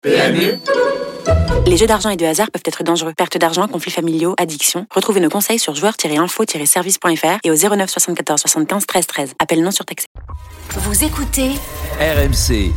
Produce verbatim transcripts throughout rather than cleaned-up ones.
P M U. Les jeux d'argent et de hasard peuvent être dangereux. Perte d'argent, conflits familiaux, addiction. Retrouvez nos conseils sur joueurs tiret info tiret service point f r et au zéro neuf soixante-quatorze soixante-quinze treize treize. Appel non surtaxé. Vous écoutez R M C.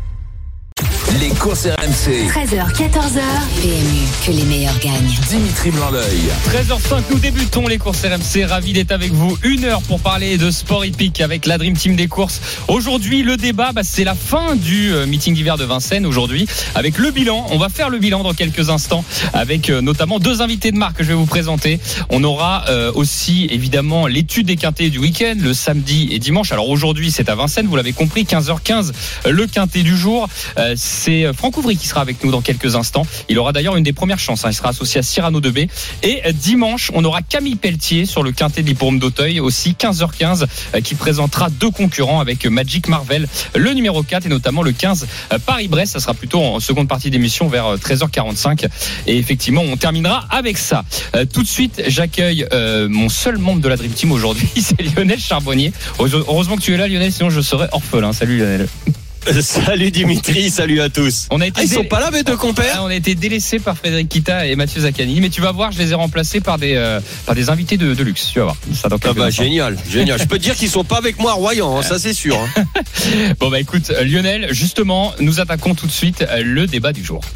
Les courses R M C. treize heures quatorze heures. P M U, que les meilleurs gagnent. Dimitri Blanc-L'œil. treize heures cinq, nous débutons les courses R M C. Ravi d'être avec vous. Une heure pour parler de sport hippique avec la Dream Team des courses. Aujourd'hui, le débat, bah, c'est la fin du euh, meeting d'hiver de Vincennes aujourd'hui avec le bilan. On va faire le bilan dans quelques instants avec euh, notamment deux invités de marque que je vais vous présenter. On aura euh, aussi évidemment l'étude des quintés du week-end, le samedi et dimanche. Alors aujourd'hui, c'est à Vincennes, vous l'avez compris, quinze heures quinze, le quintet du jour. Euh, c'est Franck Ouvry qui sera avec nous dans quelques instants. Il aura d'ailleurs une des premières chances, hein. Il sera associé à Cyrano de B. Et dimanche, on aura Camille Pelletier sur le quintet de l'hippodrome d'Auteuil, aussi quinze heures quinze, qui présentera deux concurrents avec Magic Marvel, le numéro quatre et notamment le quinze Paris-Brest. Ça sera plutôt en seconde partie d'émission vers treize heures quarante-cinq. Et effectivement, on terminera avec ça. Euh, tout de suite, j'accueille euh, mon seul membre de la Dream Team aujourd'hui, c'est Lionel Charbonnier. Heureusement que tu es là, Lionel, sinon je serais orphelin. Salut Lionel. Salut Dimitri, salut à tous. On a été ah, ils dé... sont pas là mes deux compères. On a été délaissés par Frédéric Kita et Mathieu Zaccani, mais tu vas voir, je les ai remplacés par des euh, par des invités de, de luxe. Tu vas voir. Ça dans ah bah génial, génial. Je peux te dire qu'ils sont pas avec moi à Royan, hein, ça c'est sûr. Hein. Bon bah écoute, Lionel, justement, nous attaquons tout de suite le débat du jour.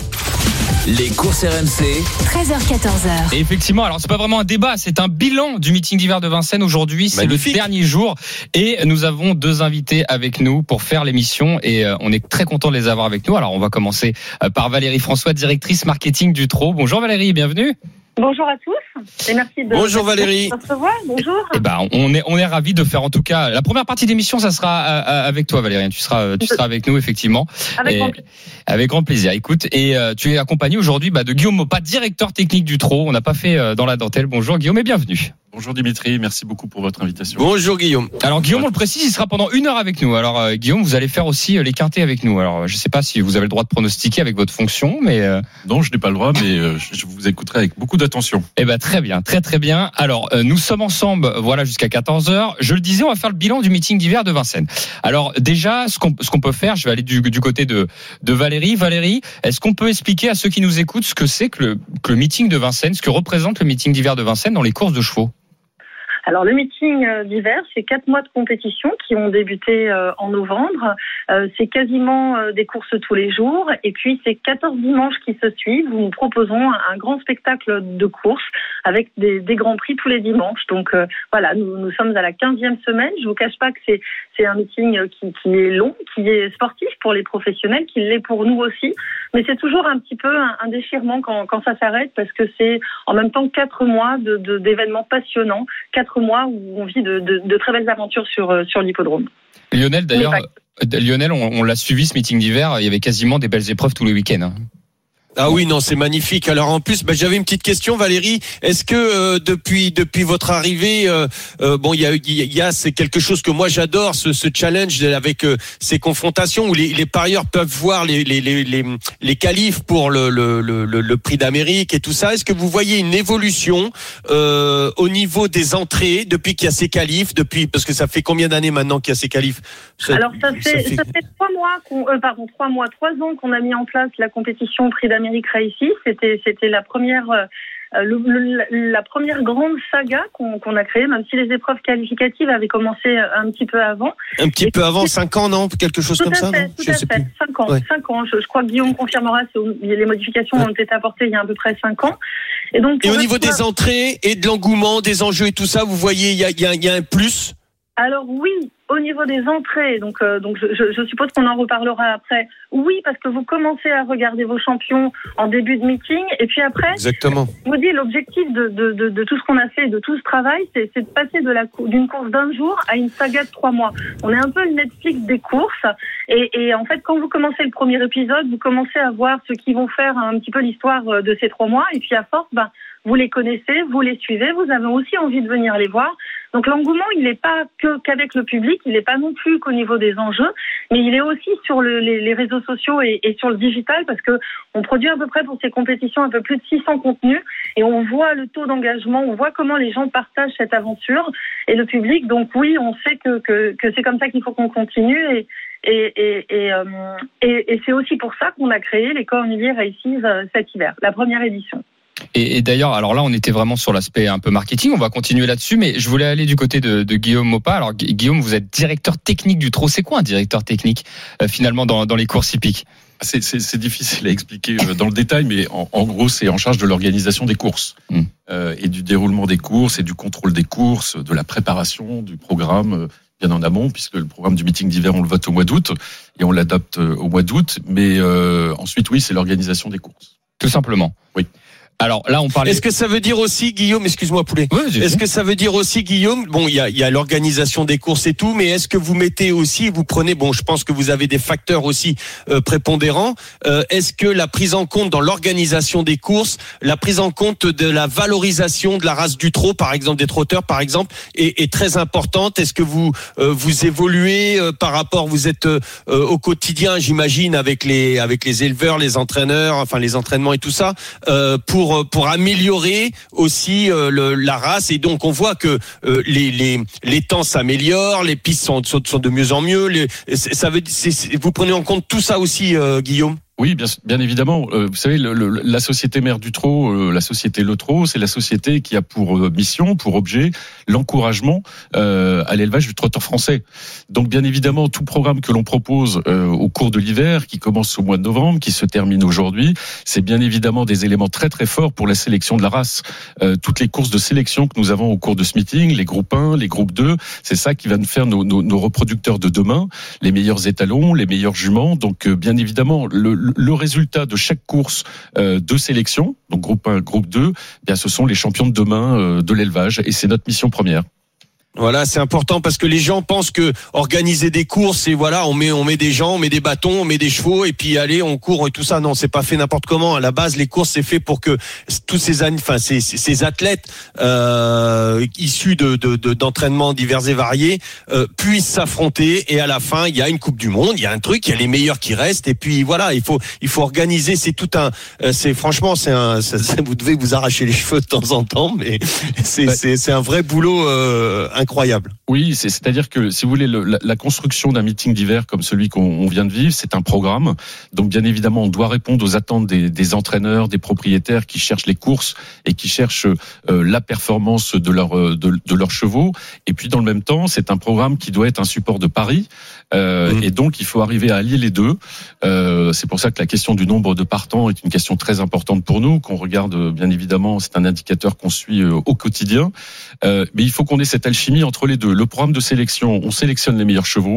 Les courses R M C. treize heures quatorze heures. Et effectivement, alors c'est pas vraiment un débat, c'est un bilan du meeting d'hiver de Vincennes aujourd'hui. C'est magnifique. Le dernier jour et nous avons deux invités avec nous pour faire l'émission et on est très content de les avoir avec nous. Alors on va commencer par Valérie François, directrice marketing du Trot. Bonjour Valérie, bienvenue. Bonjour à tous et merci de Bonjour Valérie. de recevoir. Bonjour. Eh ben on est on est ravis de faire en tout cas la première partie d'émission, ça sera avec toi Valérie. Tu seras tu seras avec nous effectivement. Avec et, grand plaisir. Avec grand plaisir. Écoute, et euh, tu es accompagné aujourd'hui bah, de Guillaume Maupas, directeur technique du Trot. On n'a pas fait euh, dans la dentelle. Bonjour Guillaume et bienvenue. Bonjour Dimitri, merci beaucoup pour votre invitation. Bonjour Guillaume. Alors Guillaume, on le précise, il sera pendant une heure avec nous. Alors euh, Guillaume, vous allez faire aussi euh, les quintés avec nous. Alors je ne sais pas si vous avez le droit de pronostiquer avec votre fonction, mais euh... non, je n'ai pas le droit, mais euh, je vous écouterai avec beaucoup d'attention. Eh ben très bien, très très bien. Alors euh, nous sommes ensemble, voilà jusqu'à quatorze heures. Je le disais, on va faire le bilan du meeting d'hiver de Vincennes. Alors déjà, ce qu'on ce qu'on peut faire, je vais aller du du côté de de Valérie. Valérie, est-ce qu'on peut expliquer à ceux qui nous écoutent ce que c'est que le que le meeting de Vincennes, ce que représente le meeting d'hiver de Vincennes dans les courses de chevaux? Alors le meeting d'hiver, c'est quatre mois de compétition qui ont débuté euh, en novembre. Euh, c'est quasiment euh, des courses tous les jours. Et puis c'est quatorze dimanches qui se suivent où nous proposons un, un grand spectacle de courses avec des, des grands prix tous les dimanches. Donc euh, voilà, nous, nous sommes à la quinzième semaine. Je vous cache pas que c'est, c'est un meeting qui, qui est long, qui est sportif pour les professionnels, qui l'est pour nous aussi. Mais c'est toujours un petit peu un, un déchirement quand, quand ça s'arrête parce que c'est en même temps quatre mois de, de, d'événements passionnants, quatre mois où on vit de, de, de très belles aventures sur, sur l'hippodrome. Lionel, d'ailleurs, Lionel, on, on l'a suivi ce meeting d'hiver, il y avait quasiment des belles épreuves tous les week-ends. Hein. Ah oui, non, c'est magnifique. Alors en plus, bah, j'avais une petite question, Valérie. Est-ce que euh, depuis depuis votre arrivée, euh, euh, bon, il y a il y a c'est quelque chose que moi j'adore, ce, ce challenge avec euh, ces confrontations où les, les parieurs peuvent voir les les les les, les qualifs pour le le, le le prix d'Amérique et tout ça. Est-ce que vous voyez une évolution euh, au niveau des entrées depuis qu'il y a ces qualifs, depuis parce que ça fait combien d'années maintenant qu'il y a ces qualifs? Ça, Alors ça fait ça fait, ça fait trois mois qu'on euh, pardon trois mois trois ans qu'on a mis en place la compétition prix d'Amérique. Amérique Race, c'était c'était la première euh, le, le, la première grande saga qu'on, qu'on a créée, même si les épreuves qualificatives avaient commencé un petit peu avant. Un petit Et peu avant, cinq ans, non, quelque chose tout comme à ça. Fait, non tout je à sais fait, plus. cinq ans, ouais. cinq ans. Je, je crois que Guillaume confirmera. Les modifications ouais. ont été apportées il y a à peu près cinq ans. Et donc, et au niveau fois... des entrées et de l'engouement, des enjeux et tout ça, vous voyez, il y a, il y a, il y a un plus. Alors oui, au niveau des entrées, donc euh, donc je, je, je suppose qu'on en reparlera après. Oui, parce que vous commencez à regarder vos champions en début de meeting, et puis après, exactement. Je vous dis l'objectif de de de, de tout ce qu'on a fait, de tout ce travail, c'est, c'est de passer de la d'une course d'un jour à une saga de trois mois. On est un peu le Netflix des courses, et, et en fait, quand vous commencez le premier épisode, vous commencez à voir ceux qui vont faire un petit peu l'histoire de ces trois mois, et puis à force, ben vous les connaissez, vous les suivez, vous avez aussi envie de venir les voir. Donc l'engouement, il n'est pas que qu'avec le public, il n'est pas non plus qu'au niveau des enjeux, mais il est aussi sur le, les, les réseaux sociaux et, et sur le digital, parce que on produit à peu près pour ces compétitions un peu plus de six cents contenus, et on voit le taux d'engagement, on voit comment les gens partagent cette aventure, et le public, donc oui, on sait que, que, que c'est comme ça qu'il faut qu'on continue, et, Et, et, et, euh, et, et c'est aussi pour ça qu'on a créé les Cornuliers Races euh, cet hiver, la première édition. Et, et d'ailleurs, alors là, on était vraiment sur l'aspect un peu marketing. On va continuer là-dessus, mais je voulais aller du côté de, de Guillaume Maupas. Alors, Guillaume, vous êtes directeur technique du trot. C'est quoi un directeur technique euh, finalement dans, dans les courses hippiques ? C'est, c'est, c'est difficile à expliquer dans le détail, mais en, en gros, c'est en charge de l'organisation des courses mmh. euh, et du déroulement des courses et du contrôle des courses, de la préparation du programme euh, bien en amont, puisque le programme du meeting d'hiver, on le vote au mois d'août et on l'adapte au mois d'août. Mais euh, ensuite, oui, c'est l'organisation des courses. Tout simplement. Oui. Alors là, on parlait. Est-ce que ça veut dire aussi, Guillaume, excuse-moi Poulet, oui, est-ce que ça veut dire aussi, Guillaume, bon, il y a, il y a l'organisation des courses et tout, mais est-ce que vous mettez aussi, vous prenez, bon, je pense que vous avez des facteurs aussi euh, prépondérants, euh, est-ce que la prise en compte dans l'organisation des courses, la prise en compte de la valorisation de la race du trot, par exemple, des trotteurs, par exemple, est, est très importante? Est-ce que vous euh, vous évoluez euh, par rapport, vous êtes euh, au quotidien, j'imagine, avec les avec les éleveurs, les entraîneurs, enfin les entraînements et tout ça, euh, pour pour améliorer aussi euh, le, la race, et donc on voit que euh, les les les temps s'améliorent, les pistes sont sont, sont de mieux en mieux. Les, ça veut c'est, c'est, vous prenez en compte tout ça aussi, euh, Guillaume? Oui, bien, bien évidemment. Euh, vous savez, le, le, la société mère du trot, euh, la société Le Trot, c'est la société qui a pour euh, mission, pour objet, l'encouragement euh, à l'élevage du trotteur français. Donc, bien évidemment, tout programme que l'on propose euh, au cours de l'hiver, qui commence au mois de novembre, qui se termine aujourd'hui, c'est bien évidemment des éléments très très forts pour la sélection de la race. Euh, toutes les courses de sélection que nous avons au cours de ce meeting, les groupes un, les groupes deux, c'est ça qui va nous faire nos, nos, nos reproducteurs de demain, les meilleurs étalons, les meilleurs juments. Donc, euh, bien évidemment, le le résultat de chaque course euh, de sélection, donc groupe un, groupe deux, eh bien ce sont les champions de demain euh, de l'élevage, et c'est notre mission première. Voilà, c'est important parce que les gens pensent que organiser des courses, et voilà, on met on met des gens, on met des bâtons, on met des chevaux et puis allez, on court et tout ça. Non, c'est pas fait n'importe comment. À la base, les courses, c'est fait pour que tous ces enfin ces, ces athlètes euh, issus de, de, de d'entraînements divers et variés euh, puissent s'affronter, et à la fin, il y a une Coupe du Monde, il y a un truc, il y a les meilleurs qui restent, et puis voilà, il faut il faut organiser. C'est tout un, c'est franchement, c'est un, c'est, vous devez vous arracher les cheveux de temps en temps, mais c'est ouais. c'est c'est un vrai boulot. Euh, incroyable. Oui, c'est, c'est-à-dire que, si vous voulez, le, la, la construction d'un meeting d'hiver comme celui qu'on on vient de vivre, c'est un programme. Donc, bien évidemment, on doit répondre aux attentes des, des entraîneurs, des propriétaires qui cherchent les courses et qui cherchent euh, la performance de, leur, de, de leurs chevaux. Et puis, dans le même temps, c'est un programme qui doit être un support de paris. Euh, mmh. Et donc, il faut arriver à allier les deux. Euh, c'est pour ça que la question du nombre de partants est une question très importante pour nous, qu'on regarde, bien évidemment, c'est un indicateur qu'on suit euh, au quotidien. Euh, mais il faut qu'on ait cette alchimie entre les deux. Le programme de sélection, on sélectionne les meilleurs chevaux,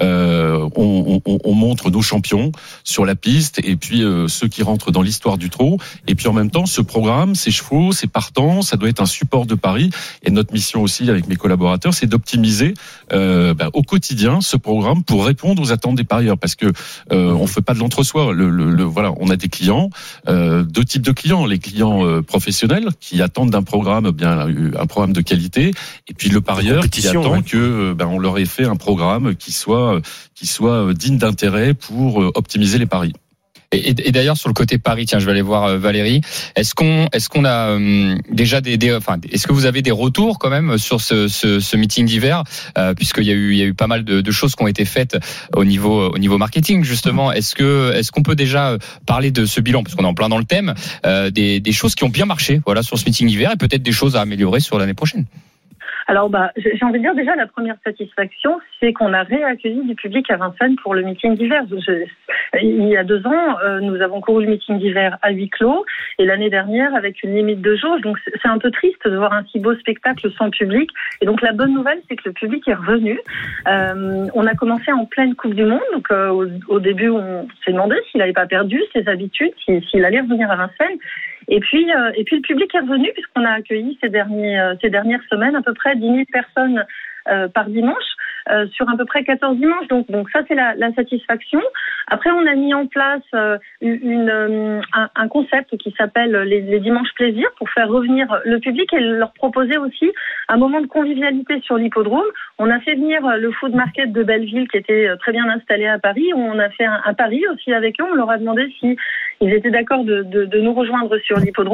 euh, on, on, on montre nos champions sur la piste, et puis euh, ceux qui rentrent dans l'histoire du trot. Et puis en même temps, ce programme, ces chevaux, ces partants, ça doit être un support de paris. Et notre mission aussi, avec mes collaborateurs, c'est d'optimiser euh, bah, au quotidien ce programme pour répondre aux attentes des parieurs, parce que euh, on fait pas de l'entre-soi. Le, le, le, voilà, on a des clients, euh, deux types de clients, les clients euh, professionnels qui attendent d'un programme bien un programme de qualité, et puis le parieur qui attend ouais. que ben on leur ait fait un programme qui soit qui soit digne d'intérêt pour optimiser les paris. Et, et, et d'ailleurs, sur le côté Paris, tiens, je vais aller voir euh, Valérie. Est-ce qu'on, est-ce qu'on a euh, déjà des, des, enfin, est-ce que vous avez des retours quand même sur ce, ce, ce meeting d'hiver, euh, puisqu'il y a eu, il y a eu pas mal de, de choses qui ont été faites au niveau, au niveau marketing justement. Est-ce que, est-ce qu'on peut déjà parler de ce bilan, parce qu'on est en plein dans le thème, euh, des, des choses qui ont bien marché, voilà, sur ce meeting d'hiver, et peut-être des choses à améliorer sur l'année prochaine. Alors, bah, j'ai envie de dire déjà la première satisfaction, c'est qu'on a réaccueilli du public à Vincennes pour le meeting d'hiver. Je, il y a deux ans, euh, nous avons couru le meeting d'hiver à huis clos, et l'année dernière avec une limite de jauge. Donc, c'est un peu triste de voir un si beau spectacle sans public. Et donc, la bonne nouvelle, c'est que le public est revenu. Euh, on a commencé en pleine Coupe du Monde. Donc, euh, au, au début, on s'est demandé s'il n'avait pas perdu ses habitudes, s'il, s'il allait revenir à Vincennes. Et puis, euh, et puis le public est revenu, puisqu'on a accueilli ces derniers, euh, ces dernières semaines à peu près dix mille personnes euh, par dimanche, euh, sur à peu près quatorze dimanches. Donc, donc ça, c'est la, la satisfaction. Après, on a mis en place euh, une, euh, un, un concept qui s'appelle les, les dimanches plaisir, pour faire revenir le public et leur proposer aussi un moment de convivialité sur l'hippodrome. On a fait venir le food market de Belleville, qui était très bien installé à Paris, où on a fait un, un pari aussi avec eux. On leur a demandé si ils étaient d'accord de, de, de nous rejoindre sur l'hippodrome.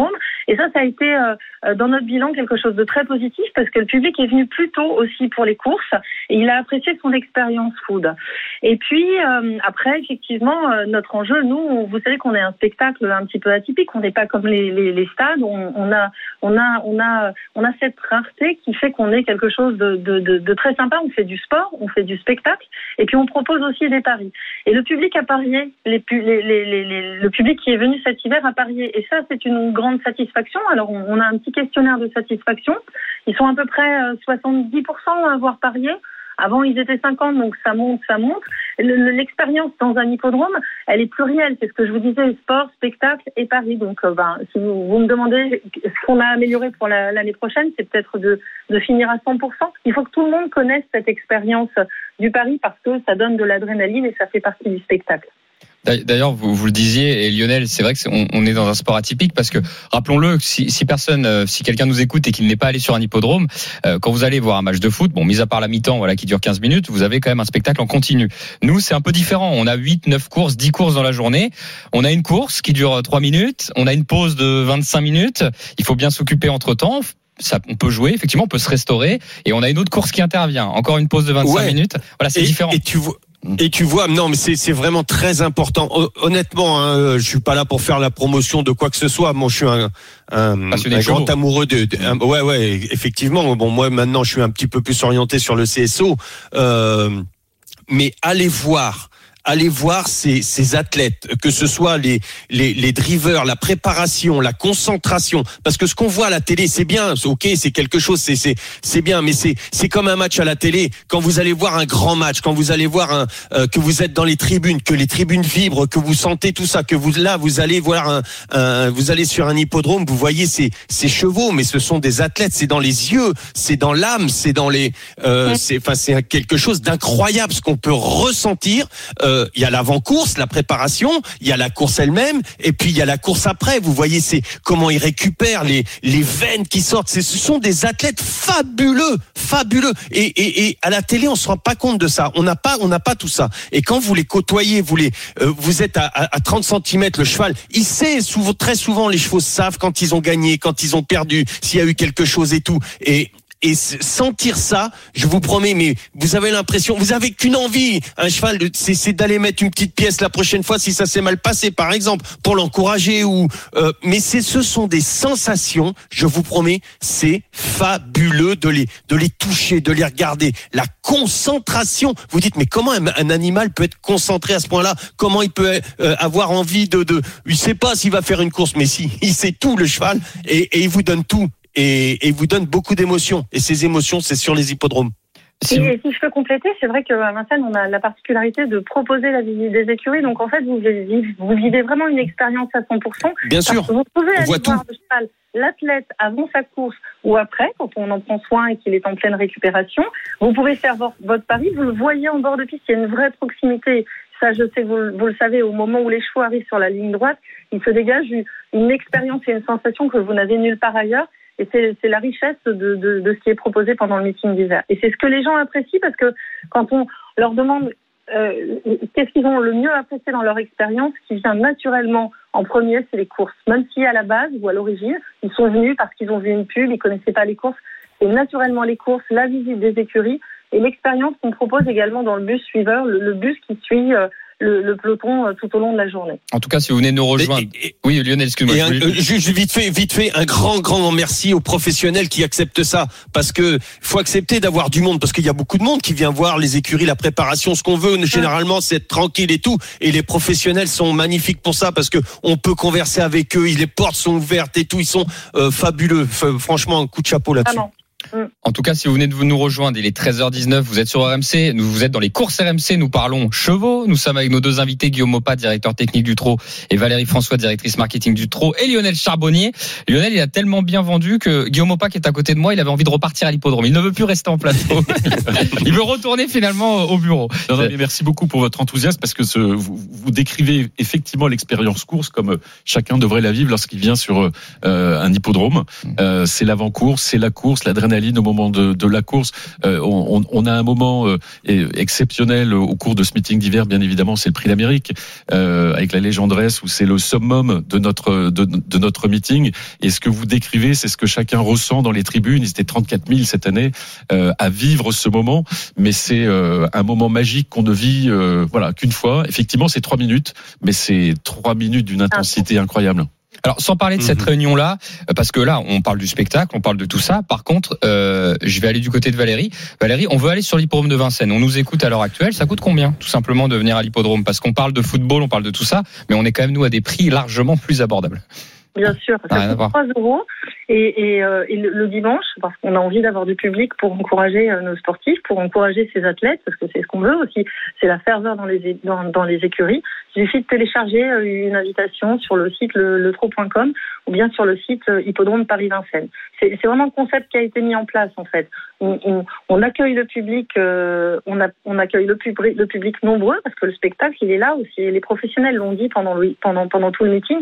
Et ça, ça a été euh, dans notre bilan quelque chose de très positif parce que le public est venu plus tôt aussi pour les courses et il a apprécié son expérience food. Et puis euh, après, effectivement, euh, notre enjeu, nous, vous savez qu'on est un spectacle un petit peu atypique. On n'est pas comme les, les, les stades. On, on a, on a, on a, on a cette rareté qui fait qu'on est quelque chose de, de, de, de très sympa. On fait du sport, on fait du spectacle, et puis on propose aussi des paris. Et le public a parié. Les, les, les, les, les, le public qui est venu cet hiver a parié. Et ça, c'est une grande satisfaction. Alors, on, on a un petit questionnaire de satisfaction. Ils sont à peu près soixante-dix pour cent à avoir parié. Avant, ils étaient cinquante, donc ça monte, ça monte. Le, l'expérience dans un hippodrome, elle est plurielle. C'est ce que je vous disais, sport, spectacle et paris. Donc, euh, ben, si vous, vous me demandez ce qu'on a amélioré pour la, l'année prochaine, c'est peut-être de, de finir à cent pour cent. Il faut que tout le monde connaisse cette expérience du pari parce que ça donne de l'adrénaline et ça fait partie du spectacle. D'ailleurs, vous, vous le disiez, et Lionel, c'est vrai que c'est, on, on est dans un sport atypique parce que, rappelons-le, si, si personne, euh, si quelqu'un nous écoute et qu'il n'est pas allé sur un hippodrome, euh, quand vous allez voir un match de foot, bon, mis à part la mi-temps, voilà, qui dure quinze minutes, vous avez quand même un spectacle en continu. Nous, c'est un peu différent. On a huit, neuf courses, dix courses dans la journée. On a une course qui dure trois minutes. On a une pause de vingt-cinq minutes. Il faut bien s'occuper entre temps. Ça, on peut jouer, effectivement, on peut se restaurer. Et on a une autre course qui intervient. Encore une pause de vingt-cinq ouais. minutes. Voilà, c'est et, différent. Et tu vois. Et tu vois, non, mais c'est c'est vraiment très important. Honnêtement, hein, je suis pas là pour faire la promotion de quoi que ce soit. Moi, je suis un, un, un grand amoureux de, de un, ouais, ouais, effectivement. Bon, moi maintenant, je suis un petit peu plus orienté sur le C S O, euh, mais allez voir. Allez voir ces, ces athlètes, que ce soit les, les, les drivers, la préparation, la concentration. Parce que ce qu'on voit à la télé, c'est bien, c'est ok, c'est quelque chose, c'est, c'est, c'est bien, mais c'est, c'est comme un match à la télé. Quand vous allez voir un grand match, quand vous allez voir un, euh, que vous êtes dans les tribunes, que les tribunes vibrent, que vous sentez tout ça, que vous, là, vous allez voir un, un vous allez sur un hippodrome, vous voyez ces, ces chevaux, mais ce sont des athlètes, c'est dans les yeux, c'est dans l'âme, c'est dans les, euh, c'est, enfin, c'est quelque chose d'incroyable, ce qu'on peut ressentir, euh, il y a l'avant-course, la préparation, il y a la course elle-même, et puis il y a la course après. Vous voyez, c'est comment ils récupèrent les les veines qui sortent. C'est, ce sont des athlètes fabuleux, fabuleux. Et, et, et à la télé, on se rend pas compte de ça. On n'a pas, on n'a pas tout ça. Et quand vous les côtoyez, vous les, euh, vous êtes à, à, à trente centimètres, le cheval, il sait souvent, très souvent, les chevaux savent quand ils ont gagné, quand ils ont perdu, s'il y a eu quelque chose et tout. Et Et sentir ça, je vous promets, mais vous avez l'impression, vous avez qu'une envie, un cheval, c'est, c'est d'aller mettre une petite pièce la prochaine fois si ça s'est mal passé, par exemple, pour l'encourager ou. Euh, mais c'est, ce sont des sensations. Je vous promets, c'est fabuleux de les, de les toucher, de les regarder. La concentration. Vous dites, mais comment un, un animal peut être concentré à ce point-là ? Comment il peut euh, avoir envie de, de, il sait pas s'il va faire une course, mais si, il sait tout le cheval et, et il vous donne tout. Et, et vous donne beaucoup d'émotions. Et ces émotions, c'est sur les hippodromes. Si, et si je peux compléter, c'est vrai qu'à Vincennes, on a la particularité de proposer la visite des écuries. Donc en fait, vous, vous vivez vraiment une expérience à cent pour cent. Bien sûr. Vous pouvez aller voir tout. le cheval, l'athlète avant sa course ou après, quand on en prend soin et qu'il est en pleine récupération. Vous pouvez faire votre pari, vous le voyez en bord de piste, il y a une vraie proximité. Ça, je sais, vous, vous le savez, au moment où les chevaux arrivent sur la ligne droite, il se dégage une, une expérience et une sensation que vous n'avez nulle part ailleurs. Et c'est, c'est la richesse de, de, de ce qui est proposé pendant le meeting d'hiver. Et c'est ce que les gens apprécient parce que quand on leur demande euh, qu'est-ce qu'ils ont le mieux apprécié dans leur expérience, ce qui vient naturellement en premier, c'est les courses. Même si à la base ou à l'origine, ils sont venus parce qu'ils ont vu une pub, ils connaissaient pas les courses. C'est naturellement les courses, la visite des écuries et l'expérience qu'on propose également dans le bus suiveur, le, le bus qui suit euh, Le, le peloton euh, tout au long de la journée. En tout cas, si vous venez nous rejoindre. Et, et, oui, Lionel, excuse-moi. Et un, euh, juste vite fait, vite fait, un grand, grand merci aux professionnels qui acceptent ça, parce que faut accepter d'avoir du monde, parce qu'il y a beaucoup de monde qui vient voir les écuries, la préparation, ce qu'on veut. Généralement, c'est être tranquille et tout. Et les professionnels sont magnifiques pour ça, parce que on peut converser avec eux. Les portes sont ouvertes et tout. Ils sont euh, fabuleux. F- franchement, un coup de chapeau là-dessus. Ah En tout cas, si vous venez de nous rejoindre, il est treize heures dix-neuf, vous êtes sur R M C, nous, vous êtes dans les courses R M C, nous parlons chevaux, nous sommes avec nos deux invités, Guillaume Mopat, directeur technique du Trot, et Valérie François, directrice marketing du Trot, et Lionel Charbonnier. Lionel, il a tellement bien vendu que Guillaume Mopat, qui est à côté de moi, il avait envie de repartir à l'hippodrome. Il ne veut plus rester en plateau. Il veut retourner finalement au bureau. Non, non, mais merci beaucoup pour votre enthousiasme, parce que ce, vous, vous décrivez effectivement l'expérience course comme chacun devrait la vivre lorsqu'il vient sur euh, un hippodrome. Euh, c'est l'avant-course, c'est la course, l'adrénaline. l'adrénaline au moment de, de la course. Euh, on, on a un moment euh, exceptionnel au cours de ce meeting d'hiver, bien évidemment, c'est le Prix d'Amérique, euh, avec la Légendresse, où c'est le summum de notre de, de notre meeting. Et ce que vous décrivez, c'est ce que chacun ressent dans les tribunes. Ils étaient trente-quatre mille cette année euh, à vivre ce moment, mais c'est euh, un moment magique qu'on ne vit euh, voilà qu'une fois. Effectivement, c'est trois minutes, mais c'est trois minutes d'une intensité incroyable. Alors, sans parler de cette mmh. réunion-là, parce que là, on parle du spectacle, on parle de tout ça. Par contre, euh, je vais aller du côté de Valérie. Valérie, on veut aller sur l'hippodrome de Vincennes. On nous écoute à l'heure actuelle. Ça coûte combien, tout simplement, de venir à l'hippodrome? Parce qu'on parle de football, on parle de tout ça, mais on est quand même, nous, à des prix largement plus abordables. Bien sûr, ça coûte trois euros. Et, et, euh, et le, le dimanche, parce qu'on a envie d'avoir du public pour encourager euh, nos sportifs, pour encourager ces athlètes, parce que c'est ce qu'on veut aussi, c'est la ferveur dans les, dans, dans les écuries. Il suffit de télécharger euh, une invitation sur le site le, le tro point com ou bien sur le site euh, Hippodrome Paris-Vincennes. C'est, c'est vraiment le concept qui a été mis en place, en fait. On, on, on accueille le public, euh, on, a, on accueille le, pub, le public nombreux, parce que le spectacle, il est là aussi. Les professionnels l'ont dit pendant, le, pendant, pendant tout le meeting.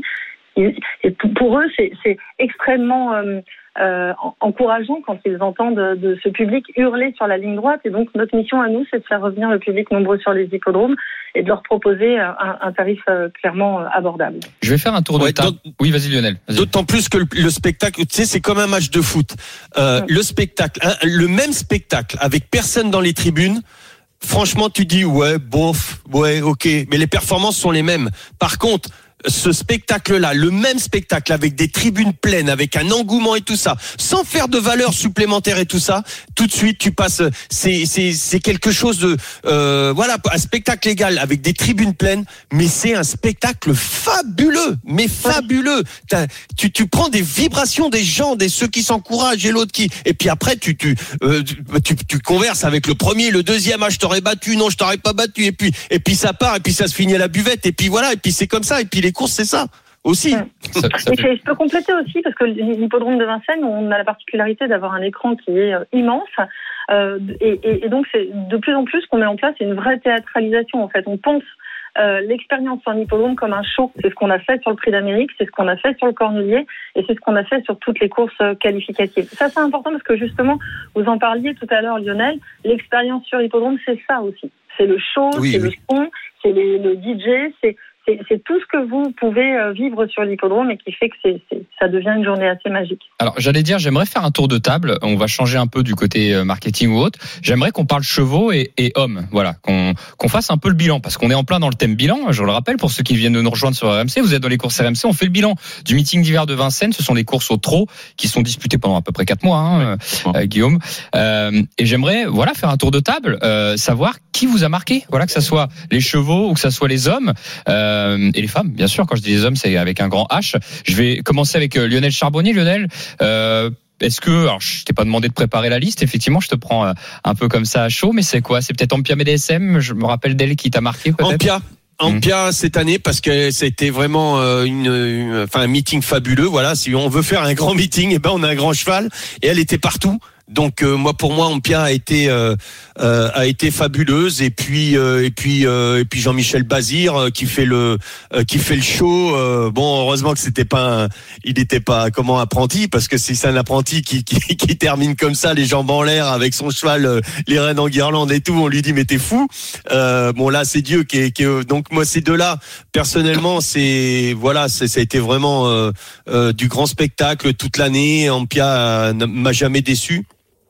Et pour eux, c'est, c'est extrêmement euh, euh, encourageant quand ils entendent de, de ce public hurler sur la ligne droite. Et donc, notre mission à nous, c'est de faire revenir le public nombreux sur les hippodromes et de leur proposer un, un tarif euh, clairement abordable. Je vais faire un tour de ouais, table. Oui, vas-y Lionel. Vas-y. D'autant plus que le, le spectacle, tu sais, c'est comme un match de foot. Euh, mmh. Le spectacle, hein, le même spectacle avec personne dans les tribunes. Franchement, tu dis ouais, bof, ouais, ok, mais les performances sont les mêmes. Par contre, ce spectacle-là, le même spectacle avec des tribunes pleines, avec un engouement et tout ça, sans faire de valeur supplémentaire et tout ça, tout de suite tu passes, c'est c'est c'est quelque chose de, euh, voilà, un spectacle égal avec des tribunes pleines, mais c'est un spectacle fabuleux, mais fabuleux. T'as, tu tu prends des vibrations des gens, des ceux qui s'encouragent et l'autre qui, et puis après tu tu euh, tu, tu converses avec le premier, le deuxième, ah je t'aurais battu, non je t'aurais pas battu, et puis et puis ça part, et puis ça se finit à la buvette, et puis voilà, et puis c'est comme ça, et puis les courses, c'est ça aussi. Ouais. Ça, ça fait... Et je peux compléter aussi, parce que l'hippodrome de Vincennes, on a la particularité d'avoir un écran qui est immense, euh, et, et, et donc c'est de plus en plus qu'on met en place une vraie théâtralisation. En fait, on pense euh, l'expérience en hippodrome comme un show. C'est ce qu'on a fait sur le Prix d'Amérique, c'est ce qu'on a fait sur le Cornulier, et c'est ce qu'on a fait sur toutes les courses qualificatives. Ça, c'est important parce que justement, vous en parliez tout à l'heure, Lionel, l'expérience sur hippodrome, c'est ça aussi. C'est le show, oui, c'est oui. le son, c'est les, le D J, c'est C'est, c'est tout ce que vous pouvez vivre sur l'hippodrome et qui fait que c'est, c'est, ça devient une journée assez magique. Alors, j'allais dire, j'aimerais faire un tour de table. On va changer un peu du côté marketing ou autre. J'aimerais qu'on parle chevaux et, et hommes. Voilà, qu'on, qu'on fasse un peu le bilan, parce qu'on est en plein dans le thème bilan. Je le rappelle, pour ceux qui viennent de nous rejoindre sur R M C, vous êtes dans les courses R M C. On fait le bilan du meeting d'hiver de Vincennes. Ce sont les courses au trot qui sont disputées pendant à peu près quatre mois, hein, ouais. euh, Guillaume. Euh, et j'aimerais, voilà, faire un tour de table, euh, savoir qui vous a marqué. Voilà, que ça soit les chevaux ou que ça soit les hommes. Euh, et les femmes, bien sûr. Quand je dis les hommes, c'est avec un grand H. Je vais commencer avec Lionel Charbonnier. Lionel, euh, est-ce que, alors je t'ai pas demandé de préparer la liste, effectivement, je te prends un peu comme ça à chaud, mais c'est quoi? C'est peut-être Ampia M D S M, je me rappelle d'elle qui t'a marqué peut-être. Ampia. Ampia mmh. cette année, parce que ça a été vraiment une, une, enfin un meeting fabuleux. Voilà, si on veut faire un grand meeting, eh ben on a un grand cheval, et elle était partout. Donc euh, moi pour moi Ampia a été euh, euh, a été fabuleuse, et puis euh, et puis euh, et puis Jean-Michel Bazir euh, qui fait le euh, qui fait le show. Euh, bon, heureusement que c'était pas un, il n'était pas comment apprenti, parce que si c'est un apprenti qui, qui qui termine comme ça, les jambes en l'air avec son cheval, euh, les rênes en guirlande et tout, on lui dit mais t'es fou. Euh, bon là c'est Dieu qui est, qui est donc moi ces deux-là personnellement c'est voilà c'est, ça a été vraiment euh, euh, du grand spectacle toute l'année. Ampia ne m'a jamais déçu.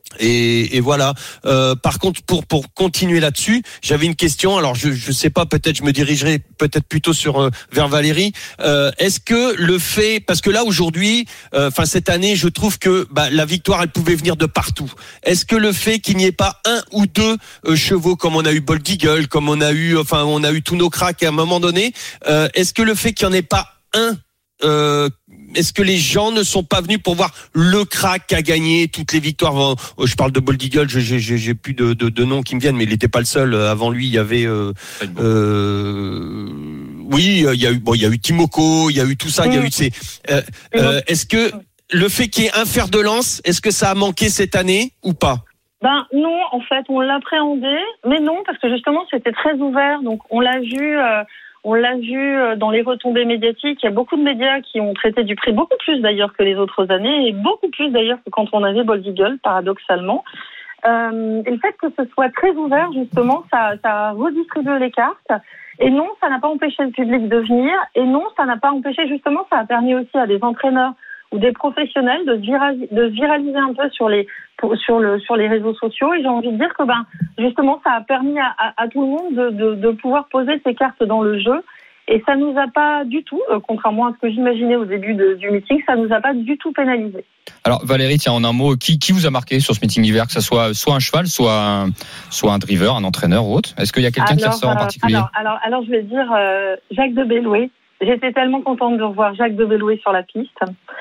Et, et voilà. Euh, par contre, pour pour continuer là-dessus, j'avais une question. Alors, je je sais pas, peut-être je me dirigerai peut-être plutôt sur euh, vers Valérie. Euh, est-ce que le fait, parce que là aujourd'hui, enfin euh, cette année, je trouve que bah, la victoire, elle pouvait venir de partout. Est-ce que le fait qu'il n'y ait pas un ou deux euh, chevaux, comme on a eu Bold Eagle, comme on a eu, enfin on a eu tous nos cracks à un moment donné, euh, est-ce que le fait qu'il n'y en ait pas un Euh, est-ce que les gens ne sont pas venus pour voir le crack qui a gagné toutes les victoires? Je parle de Bold Eagle, j'ai, j'ai, j'ai plus de, de, de noms qui me viennent, mais il n'était pas le seul. Avant lui, il y avait, euh, euh, oui, il y a eu, bon, il y a eu Timoko, il y a eu tout ça, il y a eu ces. Euh, euh, est-ce que le fait qu'il y ait un fer de lance, est-ce que ça a manqué cette année ou pas? Ben non, en fait, on l'appréhendait, mais non, parce que justement, c'était très ouvert, donc on l'a vu. Euh, On l'a vu dans les retombées médiatiques. Il y a beaucoup de médias qui ont traité du prix, beaucoup plus d'ailleurs que les autres années, et beaucoup plus d'ailleurs que quand on avait Bold Eagle, paradoxalement. Euh, et le fait que ce soit très ouvert, justement, ça, ça a redistribué les cartes. Et non, ça n'a pas empêché le public de venir. Et non, ça n'a pas empêché, justement, ça a permis aussi à des entraîneurs ou des professionnels de se viraliser, de se viraliser un peu sur les, sur le, sur les réseaux sociaux. Et j'ai envie de dire que, ben, justement, ça a permis à, à, à tout le monde de, de, de pouvoir poser ses cartes dans le jeu. Et ça nous a pas du tout, euh, contrairement à ce que j'imaginais au début de, du meeting, ça nous a pas du tout pénalisé. Alors Valérie, tiens, en un mot, qui, qui vous a marqué sur ce meeting d'hiver, que ce soit soit un cheval, soit un, soit un driver, un entraîneur ou autre? Est-ce qu'il y a quelqu'un alors, qui ressort en particulier? alors, alors, alors, je vais dire euh, Jacques de Belloué. J'étais tellement contente de revoir Jacques de Belloué sur la piste.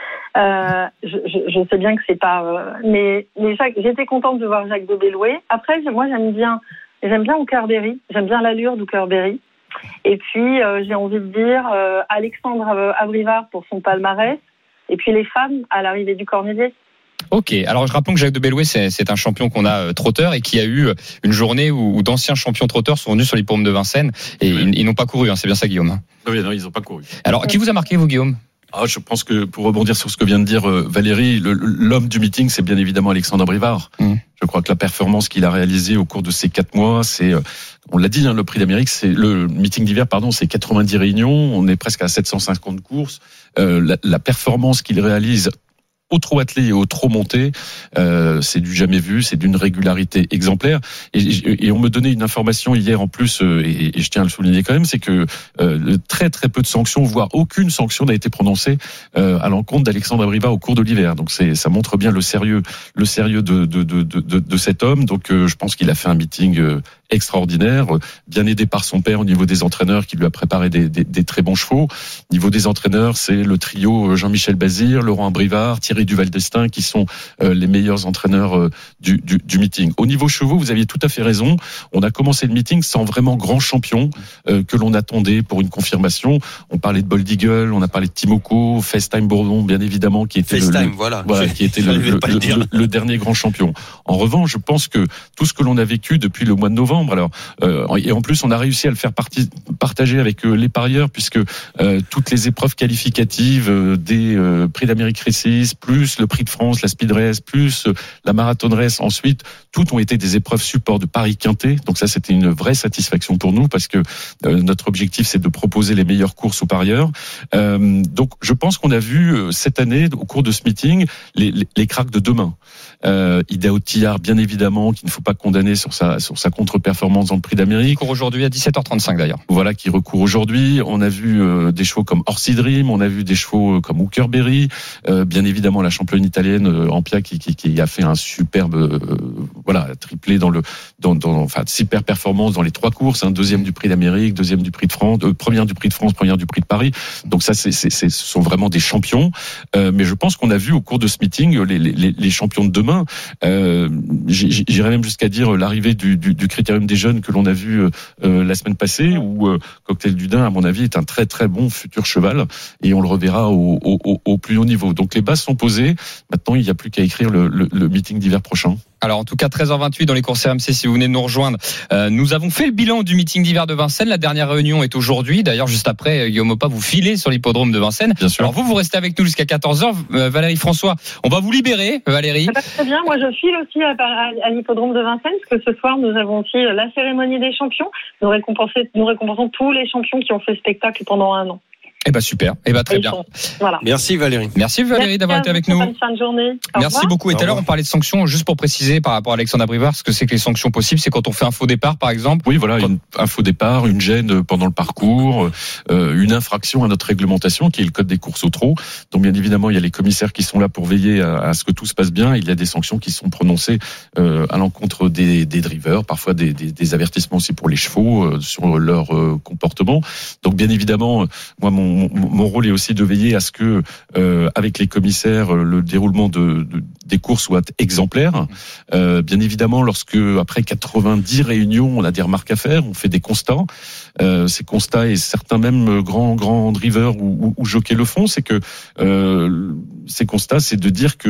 Euh, je, je, je sais bien que c'est pas, euh, mais, mais Jacques, j'étais contente de voir Jacques de Belloué. Après, moi, j'aime bien, j'aime bien Hookerberry. J'aime bien l'allure d'Hookerberry. Et puis, euh, j'ai envie de dire euh, Alexandre Abrivard pour son palmarès. Et puis les femmes à l'arrivée du Cornelier. Ok, alors je rappelle que Jacques de Belloué, c'est, c'est un champion qu'on a euh, trotteur et qui a eu une journée où, où d'anciens champions trotteurs sont venus sur l'hippodrome de Vincennes et oui. ils, ils n'ont pas couru, hein, c'est bien ça Guillaume? Oui, non, ils n'ont pas couru. Alors, qui vous a marqué vous Guillaume? Ah, je pense que pour rebondir sur ce que vient de dire euh, Valérie, le, l'homme du meeting, c'est bien évidemment Alexandre Abrivard. Mmh. Je crois que la performance qu'il a réalisée au cours de ces quatre mois, c'est, euh, on l'a dit, hein, le prix d'Amérique, c'est le meeting d'hiver, pardon, c'est quatre-vingt-dix réunions, on est presque à sept cent cinquante courses. Euh, la, la performance qu'il réalise au trot attelé et au trot monté, euh, c'est du jamais vu, c'est d'une régularité exemplaire. Et, et on me donnait une information hier en plus, euh, et, et je tiens à le souligner quand même, c'est que euh, très très peu de sanctions, voire aucune sanction n'a été prononcée euh, à l'encontre d'Alexandre Abrivard au cours de l'hiver. Donc c'est, ça montre bien le sérieux, le sérieux de de de de, de cet homme. Donc euh, je pense qu'il a fait un meeting euh, extraordinaire, bien aidé par son père au niveau des entraîneurs qui lui a préparé des, des, des très bons chevaux. Au niveau des entraîneurs, c'est le trio Jean-Michel Bazir, Laurent Abrivard, Thierry Duval d'Estaing qui sont euh, les meilleurs entraîneurs euh, du, du, du meeting. Au niveau chevaux, vous aviez tout à fait raison. On a commencé le meeting sans vraiment grand champion euh, que l'on attendait pour une confirmation. On parlait de Bold Eagle, on a parlé de Timoko, FaceTime Bourdon, bien évidemment, qui était FaceTime, le, le, voilà. voilà, qui était le, le, le, le, le dernier grand champion. En revanche, je pense que tout ce que l'on a vécu depuis le mois de novembre, alors euh, et en plus on a réussi à le faire parti, partager avec euh, les parieurs puisque euh, toutes les épreuves qualificatives euh, des euh, prix d'Amérique Récis, plus le prix de France, la Speed Race, plus euh, la Marathon Race, ensuite toutes ont été des épreuves support de Paris Quintet. Donc ça c'était une vraie satisfaction pour nous parce que euh, notre objectif c'est de proposer les meilleures courses aux parieurs. Euh, donc je pense qu'on a vu euh, cette année au cours de ce meeting les, les, les cracks de demain. Euh, Idaho Tillard, bien évidemment, qu'il ne faut pas condamner sur sa sur sa contre-performance dans le Prix d'Amérique. Qui court aujourd'hui à dix-sept heures trente-cinq d'ailleurs. Voilà, qui recourt aujourd'hui. On a vu euh, des chevaux comme Horsey Dream, on a vu des chevaux comme Hookerberry, euh, bien évidemment la championne italienne euh, Ampia qui, qui qui a fait un superbe euh, voilà triplé dans le dans dans enfin super performance dans les trois courses, hein, deuxième du Prix d'Amérique, deuxième du Prix de France, euh, première du Prix de France, première du Prix de Paris. Donc ça c'est c'est, c'est ce sont vraiment des champions. Euh, mais je pense qu'on a vu au cours de ce meeting les les, les champions de demain. Euh, j'irais même jusqu'à dire l'arrivée du, du, du critérium des jeunes que l'on a vu euh, la semaine passée, où euh, Cocktail du Dain, à mon avis, est un très très bon futur cheval, et on le reverra au, au, au plus haut niveau. Donc les bases sont posées. Maintenant, il n'y a plus qu'à écrire le, le, le meeting d'hiver prochain. Alors en tout cas treize heures vingt-huit dans les courses R M C si vous venez de nous rejoindre. Euh, nous avons fait le bilan du meeting d'hiver de Vincennes. La dernière réunion est aujourd'hui. D'ailleurs juste après Guillaume Opa vous filez sur l'hippodrome de Vincennes. Bien sûr. Alors vous vous restez avec nous jusqu'à quatorze heures. Euh, Valérie François, on va vous libérer Valérie. Ah bah, très bien. Moi je file aussi à, à, à l'hippodrome de Vincennes parce que ce soir nous avons aussi la cérémonie des champions. Nous récompensons, nous récompensons tous les champions qui ont fait spectacle pendant un an. Eh ben super, eh ben très bien. Voilà. Merci Valérie. Merci Valérie Merci d'avoir été avec nous. Bonne fin de journée. Au Merci revoir. beaucoup. Et tout à l'heure on parlait de sanctions, juste pour préciser par rapport à Alexandre Abrivard, ce que c'est que les sanctions possibles, c'est quand on fait un faux départ par exemple. Oui, voilà, une, un faux départ, une gêne pendant le parcours, euh, une infraction à notre réglementation qui est le code des courses au trot. Donc bien évidemment il y a les commissaires qui sont là pour veiller à, à ce que tout se passe bien. Il y a des sanctions qui sont prononcées euh, à l'encontre des, des drivers, parfois des, des, des avertissements aussi pour les chevaux euh, sur leur euh, comportement. Donc bien évidemment, moi mon, mon rôle est aussi de veiller à ce que, euh, avec les commissaires, le déroulement de, de, des courses soit exemplaire. Euh, bien évidemment, lorsque après quatre-vingt-dix réunions, on a des remarques à faire, on fait des constats. Euh, ces constats et certains même grands grands drivers ou, ou, ou jockeys le font, c'est que euh, ces constats, c'est de dire que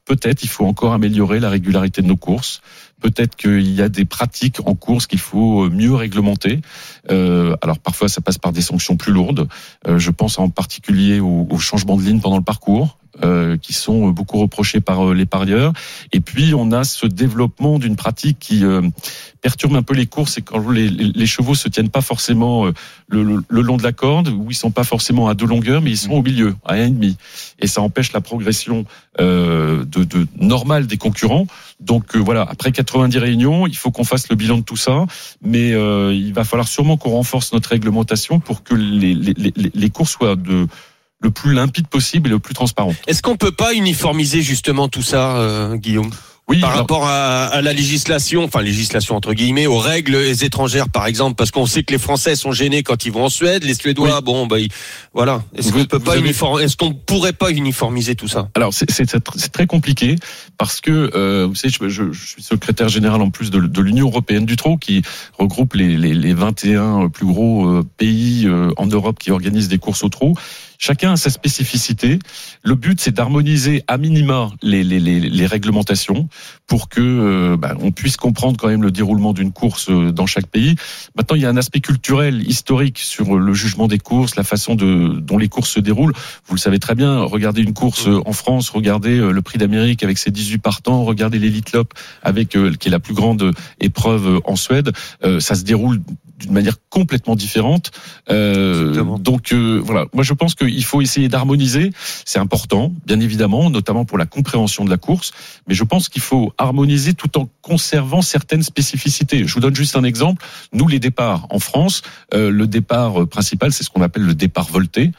peut-être il faut encore améliorer la régularité de nos courses. Peut-être qu'il y a des pratiques en course qu'il faut mieux réglementer. Euh, alors parfois ça passe par des sanctions plus lourdes. Euh, je pense en particulier au, au changement de ligne pendant le parcours, euh, qui sont beaucoup reprochés par euh, les parieurs. Et puis on a ce développement d'une pratique qui euh, perturbe un peu les courses, et quand les, les, les chevaux se tiennent pas forcément euh, le, le, le long de la corde, où ils sont pas forcément à deux longueurs, mais ils sont au milieu, à un et demi. Et ça empêche la progression euh, de, de normale des concurrents. Donc euh, voilà, après quatre-vingt-dix réunions, il faut qu'on fasse le bilan de tout ça, mais euh, il va falloir sûrement qu'on renforce notre réglementation pour que les, les, les, les courses soient de le plus limpide possible et le plus transparent. Est-ce qu'on peut pas uniformiser justement tout ça, euh, Guillaume ? Oui, par alors, rapport à, à la législation, enfin législation entre guillemets, aux règles étrangères par exemple, parce qu'on sait que les Français sont gênés quand ils vont en Suède, les Suédois, oui. bon, bah ils, voilà. Est-ce qu'on peut pas avez... uniform... Est-ce qu'on pourrait pas uniformiser tout ça ? Alors c'est, c'est, c'est très compliqué parce que euh, vous savez, je, je, je suis secrétaire général en plus de, de l'Union européenne du trot qui regroupe les, les, les vingt et un plus gros euh, pays euh, en Europe qui organisent des courses au trot. Chacun a sa spécificité. Le but, c'est d'harmoniser à minima les, les, les, les réglementations pour que euh, bah, on puisse comprendre quand même le déroulement d'une course dans chaque pays. Maintenant, il y a un aspect culturel, historique sur le jugement des courses, la façon de, dont les courses se déroulent. Vous le savez très bien, regardez une course en France, regardez le Prix d'Amérique avec ses dix-huit partants, regardez l'Elite Lopp avec euh, qui est la plus grande épreuve en Suède. Euh, ça se déroule d'une manière complètement différente. Euh, donc euh, voilà, moi je pense qu'il faut essayer d'harmoniser. C'est important, bien évidemment, notamment pour la compréhension de la course. Mais je pense qu'il faut harmoniser tout en conservant certaines spécificités. Je vous donne juste un exemple. Nous, les départs en France, euh, le départ principal, c'est ce qu'on appelle le départ volté,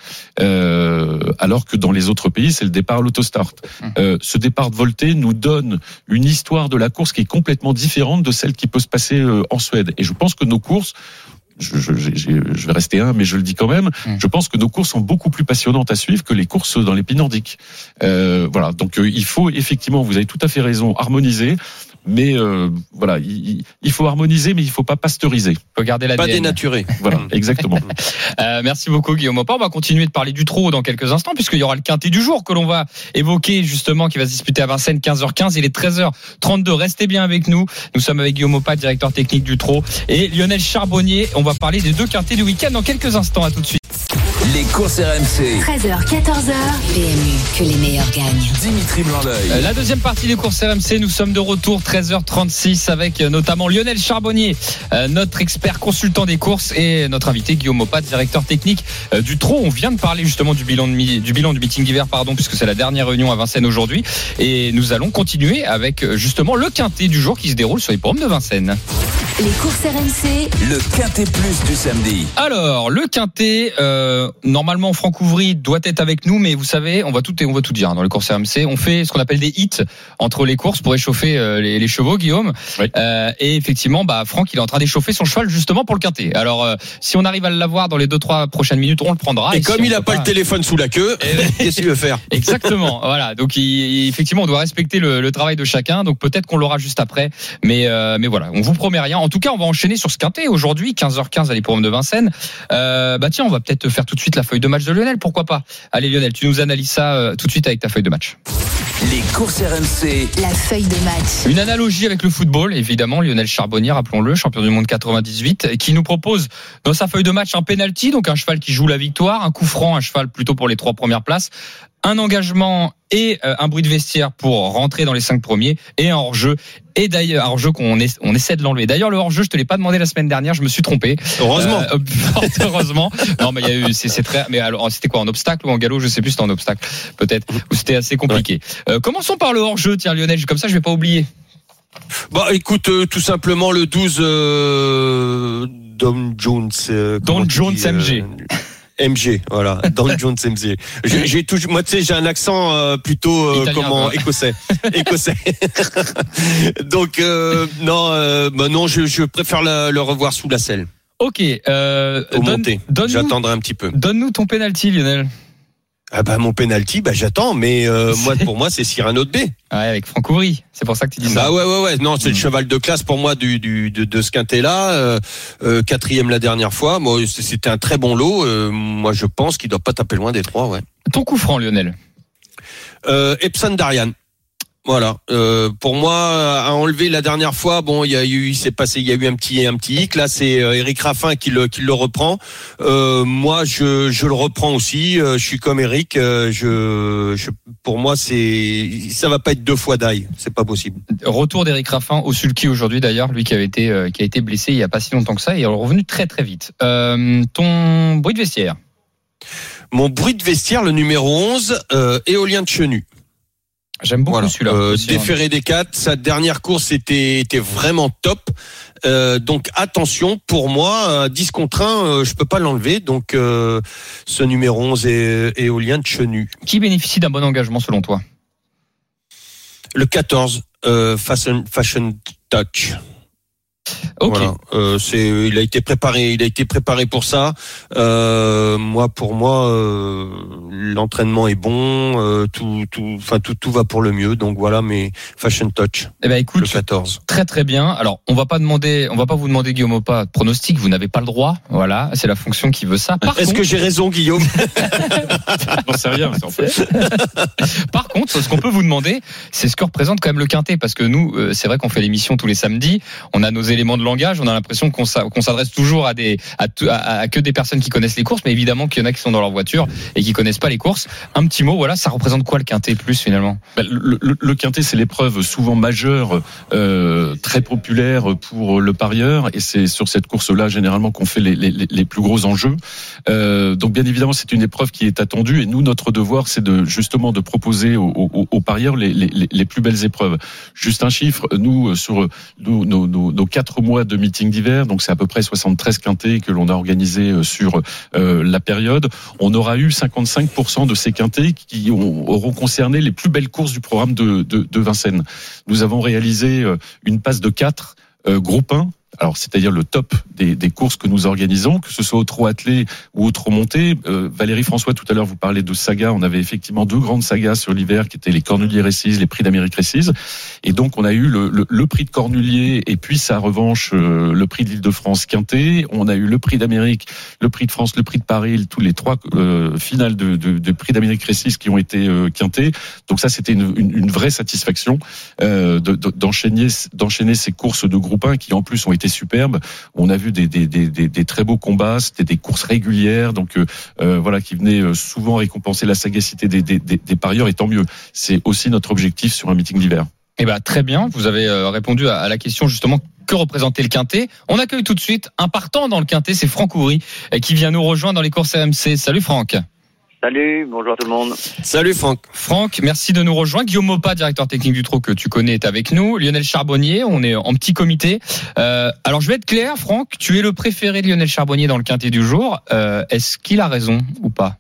euh, alors que dans les autres pays, c'est le départ à l'autostart. Euh, ce départ volté nous donne une histoire de la course qui est complètement différente de celle qui peut se passer euh, en Suède. Et je pense que nos courses, Je, je, je, je vais rester un, mais je le dis quand même. Mmh. Je pense que nos courses sont beaucoup plus passionnantes à suivre que les courses dans les pays nordiques. Euh, voilà, donc euh, il faut effectivement, vous avez tout à fait raison, harmoniser. Mais euh, voilà, il, il faut harmoniser, mais il faut pas pasteuriser. Il faut garder la pas dénaturer. Voilà, exactement. euh, merci beaucoup Guillaume Opin. On va continuer de parler du trot dans quelques instants, puisqu'il y aura le quintet du jour que l'on va évoquer justement, qui va se disputer à Vincennes, quinze heures quinze. Il est treize heures trente-deux. Restez bien avec nous. Nous sommes avec Guillaume Opin, directeur technique du trot, et Lionel Charbonnier. On va parler des deux quintets du week-end dans quelques instants. À tout de suite. Les courses R M C. treize heures, quatorze heures. P M U, que les meilleurs gagnent. Dimitri Blanc-L'Oeil. La deuxième partie des courses R M C, nous sommes de retour, treize heures trente-six, avec notamment Lionel Charbonnier, notre expert consultant des courses, et notre invité Guillaume Opin, directeur technique du trot. On vient de parler justement du bilan, de, du, bilan du meeting d'hiver, pardon, puisque c'est la dernière réunion à Vincennes aujourd'hui. Et nous allons continuer avec justement le quintet du jour qui se déroule sur les hippodromes de Vincennes. Les courses R M C. Le quintet plus du samedi. Alors, le quintet, euh, normalement Franck Ouvry doit être avec nous, mais vous savez, on va tout, on va tout dire dans les courses R M C. On fait ce qu'on appelle des hits entre les courses pour échauffer euh, les, les chevaux, Guillaume. Oui. Euh, et effectivement, bah Franck, il est en train d'échauffer son cheval justement pour le quintet. Alors, euh, si on arrive à l'avoir dans les deux trois prochaines minutes, on le prendra. Et, et si comme il n'a pas, pas le euh... téléphone sous la queue, qu'est-ce qu'il veut faire ? Exactement. Voilà. Donc, il, il, effectivement, on doit respecter le, le travail de chacun. Donc, peut-être qu'on l'aura juste après. Mais, euh, mais voilà, on vous promet rien. En tout cas, on va enchaîner sur ce quintet aujourd'hui, quinze heures quinze à l'hippodrome de Vincennes. Euh, bah tiens, on va peut-être faire tout de suite la feuille de match de Lionel. Pourquoi pas ? Allez Lionel, tu nous analyses ça euh, tout de suite avec ta feuille de match. Les courses R M C. La feuille de match. Une analogie avec le football, évidemment. Lionel Charbonnier, rappelons-le, champion du monde quatre-vingt-dix-huit, qui nous propose dans sa feuille de match un penalty, donc un cheval qui joue la victoire, un coup franc, un cheval plutôt pour les trois premières places, un engagement et euh, un bruit de vestiaire pour rentrer dans les cinq premiers, et un hors-jeu. Et d'ailleurs, un hors-jeu qu'on est, on essaie de l'enlever. D'ailleurs, le hors-jeu, je te l'ai pas demandé la semaine dernière, je me suis trompé. Heureusement. Euh, heureusement. Non, mais il y a eu, c'est, c'est très, mais alors, c'était quoi, en obstacle ou en galop? Je sais plus, c'était en obstacle. Peut-être. Ou c'était assez compliqué. Ouais. Euh, commençons par le hors-jeu, tiens, Lionel, comme ça, je vais pas oublier. Bah, écoute, euh, tout simplement, le douze, euh, Don Jones, euh, Don Jones dis, M G. Euh, M G, voilà, Don Jones M G. J'ai, j'ai toujours, moi, tu sais, j'ai un accent euh, plutôt euh, Italien, comment ouais. écossais, écossais. Donc euh, non, euh, bah non, je, je préfère la, le revoir sous la selle. Ok. Euh, Au donne, monter. J'attendrai un petit peu. Donne-nous ton penalty, Lionel. Ah bah mon penalty, bah j'attends, mais euh, moi pour moi c'est Cyrano de B. Ouais, avec Franck Ouvry, c'est pour ça que tu dis ça. Bah ouais ouais ouais, non c'est mmh. le cheval de classe pour moi du du de, de ce quintet là, euh, euh, quatrième la dernière fois. Moi c'était un très bon lot. Euh, moi je pense qu'il doit pas taper loin des trois, ouais. Ton coup franc, Lionel. Euh, Epson Darian. Voilà. Euh, pour moi, à enlever la dernière fois, bon, il y a eu, il s'est passé, il y a eu un petit, un petit hic. Là, c'est Eric Raffin qui le, qui le reprend. Euh, moi, je, je le reprends aussi. Euh, je suis comme Eric. Euh, je, je, pour moi, c'est, ça va pas être deux fois d'ail. C'est pas possible. Retour d'Eric Raffin au sulky aujourd'hui d'ailleurs, lui qui avait été, euh, qui a été blessé il y a pas si longtemps que ça et est revenu très très vite. Euh, ton bruit de vestiaire. Mon bruit de vestiaire, le numéro onze, euh, Éolien de Chenu. J'aime beaucoup voilà. celui-là. Euh, aussi, déféré des quatre, sa dernière course était était vraiment top. Euh, donc attention, pour moi, euh, dix contre un, euh, je peux pas l'enlever. Donc euh, ce numéro onze est Éolien de Chenu. Qui bénéficie d'un bon engagement selon toi? Le quatorze, euh, Fashion, Fashion Touch. Ok. Voilà. Euh, c'est, il a été préparé, il a été préparé pour ça. Euh, moi, pour moi, euh, l'entraînement est bon, euh, tout, tout, enfin tout, tout va pour le mieux. Donc voilà, mais Fashion Touch. Eh ben écoute, le quatorze. Très très bien. Alors, on va pas demander, on va pas vous demander Guillaume Opa de pronostic. Vous n'avez pas le droit. Voilà, c'est la fonction qui veut ça. Par Est-ce contre, que j'ai raison, Guillaume? J'en sais rien, en fait. Par contre, ce qu'on peut vous demander, c'est ce que représente quand même le quintet, parce que nous, euh, c'est vrai qu'on fait l'émission tous les samedis. On a nos éléments de langage. On a l'impression qu'on, s'a, qu'on s'adresse toujours à des, à, à, à que des personnes qui connaissent les courses, mais évidemment qu'il y en a qui sont dans leur voiture et qui connaissent pas les courses. Un petit mot, voilà, ça représente quoi le quintet plus finalement? Ben, le, le, le quintet, c'est l'épreuve souvent majeure, euh, très populaire pour le parieur, et c'est sur cette course-là généralement qu'on fait les, les, les plus gros enjeux. Euh, donc bien évidemment, c'est une épreuve qui est attendue, et nous, notre devoir, c'est de justement de proposer aux, aux, aux parieurs les, les, les plus belles épreuves. Juste un chiffre, nous sur nous, nos, nos, nos quatre mois de meeting d'hiver, donc c'est à peu près soixante-treize quintets que l'on a organisé sur euh, la période. On aura eu cinquante-cinq pour cent de ces quintets qui ont, auront concerné les plus belles courses du programme de, de, de Vincennes. Nous avons réalisé une passe de quatre euh, groupe un. Alors, c'est-à-dire le top des, des courses que nous organisons, que ce soit au trot attelé ou au trot monté. Euh, Valérie François, tout à l'heure, vous parlez de sagas. On avait effectivement deux grandes sagas sur l'hiver qui étaient les Cornulier Récise, les prix d'Amérique Récise. Et donc, on a eu le, le, le prix de Cornulier et puis sa revanche, euh, le prix de l'Île-de-France quintet. On a eu le prix d'Amérique, le prix de France, le prix de Paris, tous les trois euh, finales de, de, de prix d'Amérique Récise qui ont été euh, quintés. Donc ça, c'était une, une, une vraie satisfaction euh, de, de, d'enchaîner, d'enchaîner ces courses de groupe un qui, en plus, ont été superbe. On a vu des, des, des, des, des très beaux combats, c'était des courses régulières, donc euh, voilà, qui venaient souvent récompenser la sagacité des, des, des, des parieurs, et tant mieux. C'est aussi notre objectif sur un meeting d'hiver. Eh ben très bien, vous avez répondu à la question justement que représentait le quintet. On accueille tout de suite un partant dans le quintet, c'est Franck Ouvry qui vient nous rejoindre dans les courses R M C. Salut Franck. Salut, bonjour tout le monde. Salut Franck. Franck, merci de nous rejoindre. Guillaume Opa, directeur technique du trot que tu connais, est avec nous. Lionel Charbonnier, on est en petit comité. Euh, alors je vais être clair, Franck, tu es le préféré de Lionel Charbonnier dans le quintet du jour. Euh, est-ce qu'il a raison ou pas?